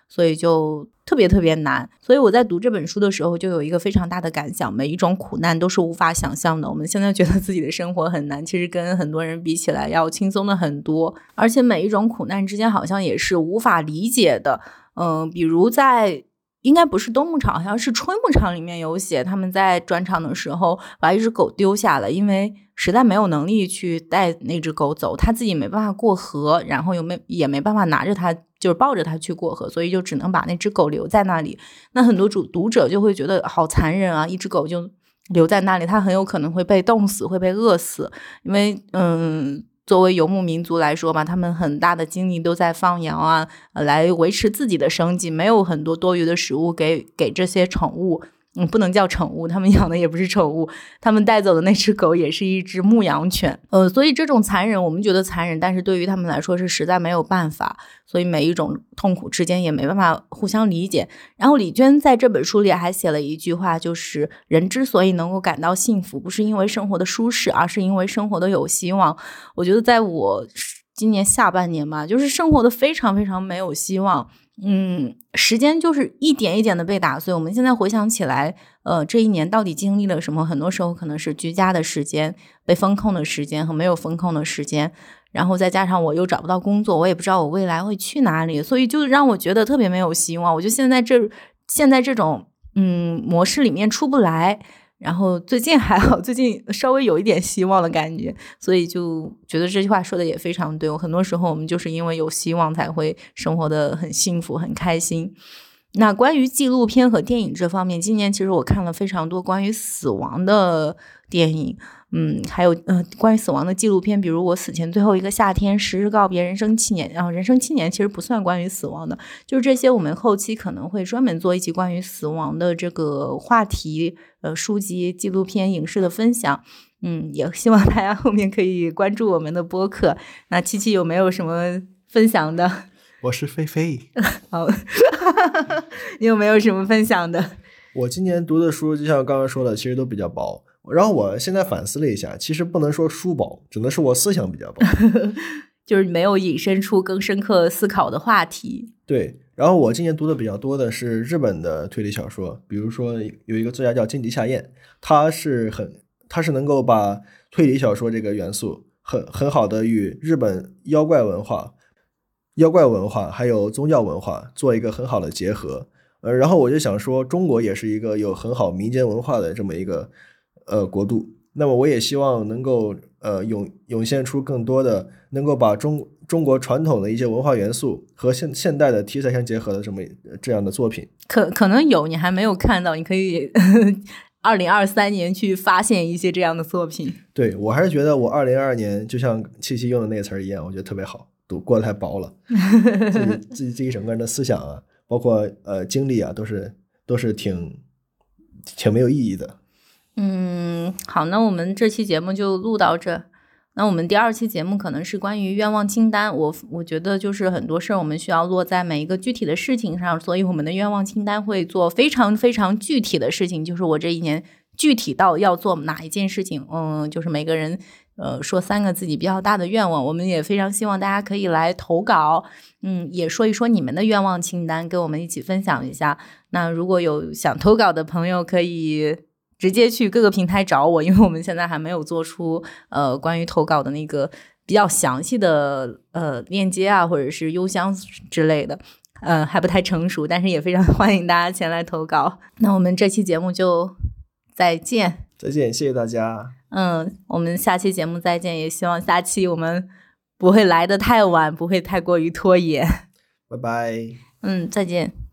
所以就特别特别难。所以我在读这本书的时候就有一个非常大的感想，每一种苦难都是无法想象的。我们现在觉得自己的生活很难，其实跟很多人比起来要轻松的很多，而且每一种苦难之间好像也是无法理解的。嗯、呃，比如在应该不是冬牧场，好像是春牧场里面有写，他们在转场的时候把一只狗丢下了，因为实在没有能力去带那只狗走，他自己没办法过河，然后又没也没办法拿着它，就是抱着它去过河，所以就只能把那只狗留在那里。那很多主读者就会觉得好残忍啊，一只狗就留在那里，它很有可能会被冻死，会被饿死，因为嗯。作为游牧民族来说吧，他们很大的精力都在放羊啊，呃、来维持自己的生计，没有很多多余的食物给给这些宠物。嗯，不能叫宠物，他们养的也不是宠物，他们带走的那只狗也是一只牧羊犬。呃，所以这种残忍我们觉得残忍，但是对于他们来说是实在没有办法，所以每一种痛苦之间也没办法互相理解。然后李娟在这本书里还写了一句话，就是人之所以能够感到幸福，不是因为生活的舒适，而是因为生活的有希望。我觉得在我今年下半年吧，就是生活的非常非常没有希望，嗯，时间就是一点一点的被打碎。我们现在回想起来，呃，这一年到底经历了什么？很多时候可能是居家的时间、被封控的时间和没有封控的时间，然后再加上我又找不到工作，我也不知道我未来会去哪里，所以就让我觉得特别没有希望。我就现在这现在这种嗯模式里面出不来。然后最近还好，最近稍微有一点希望的感觉，所以就觉得这句话说的也非常对。我很多时候我们就是因为有希望才会生活的很幸福很开心。那关于纪录片和电影这方面，今年其实我看了非常多关于死亡的电影，嗯，还有呃关于死亡的纪录片，比如我死前最后一个夏天、十日告别、人生七年。然后人生七年其实不算关于死亡的，就是这些我们后期可能会专门做一期关于死亡的这个话题，呃，书籍、纪录片、影视的分享。嗯，也希望大家后面可以关注我们的播客。那七七有没有什么分享的？ 我是菲菲。 好，你有没有什么分享的？ 我今年读的书就像刚刚说的，其实都比较薄。然后我现在反思了一下，其实不能说书薄，只能说我思想比较薄。 就是没有引申出更深刻思考的话题。 对，然后我今年读的比较多的是日本的推理小说，比如说有一个作家叫金迪夏彦，他是很他是能够把推理小说这个元素很很好的与日本妖怪文化妖怪文化还有宗教文化做一个很好的结合。呃，然后我就想说，中国也是一个有很好民间文化的这么一个呃国度，那么我也希望能够呃涌涌现出更多的能够把中中国传统的一些文化元素和现现代的题材相结合的这么这样的作品。 可可能有，你还没有看到，你可以二零二三年去发现一些这样的作品。 对，我还是觉得我二零二二年就像七七用的那个词儿一样，我觉得特别好，读过得太薄了，自己自己自己整个人的思想啊，包括呃经历啊，都是都是挺挺没有意义的。 嗯，好，那我们这期节目就录到这。那我们第二期节目可能是关于愿望清单。我我觉得就是很多事儿我们需要落在每一个具体的事情上，所以我们的愿望清单会做非常非常具体的事情，就是我这一年具体到要做哪一件事情。嗯，就是每个人呃说三个自己比较大的愿望。我们也非常希望大家可以来投稿，嗯，也说一说你们的愿望清单，跟我们一起分享一下。那如果有想投稿的朋友，可以直接去各个平台找我，因为我们现在还没有做出呃关于投稿的那个比较详细的呃链接啊，或者是邮箱之类的，呃还不太成熟，但是也非常欢迎大家前来投稿。那我们这期节目就再见， 再见，谢谢大家。 嗯，我们下期节目再见，也希望下期我们不会来得太晚，不会太过于拖延。 拜拜。 嗯，再见。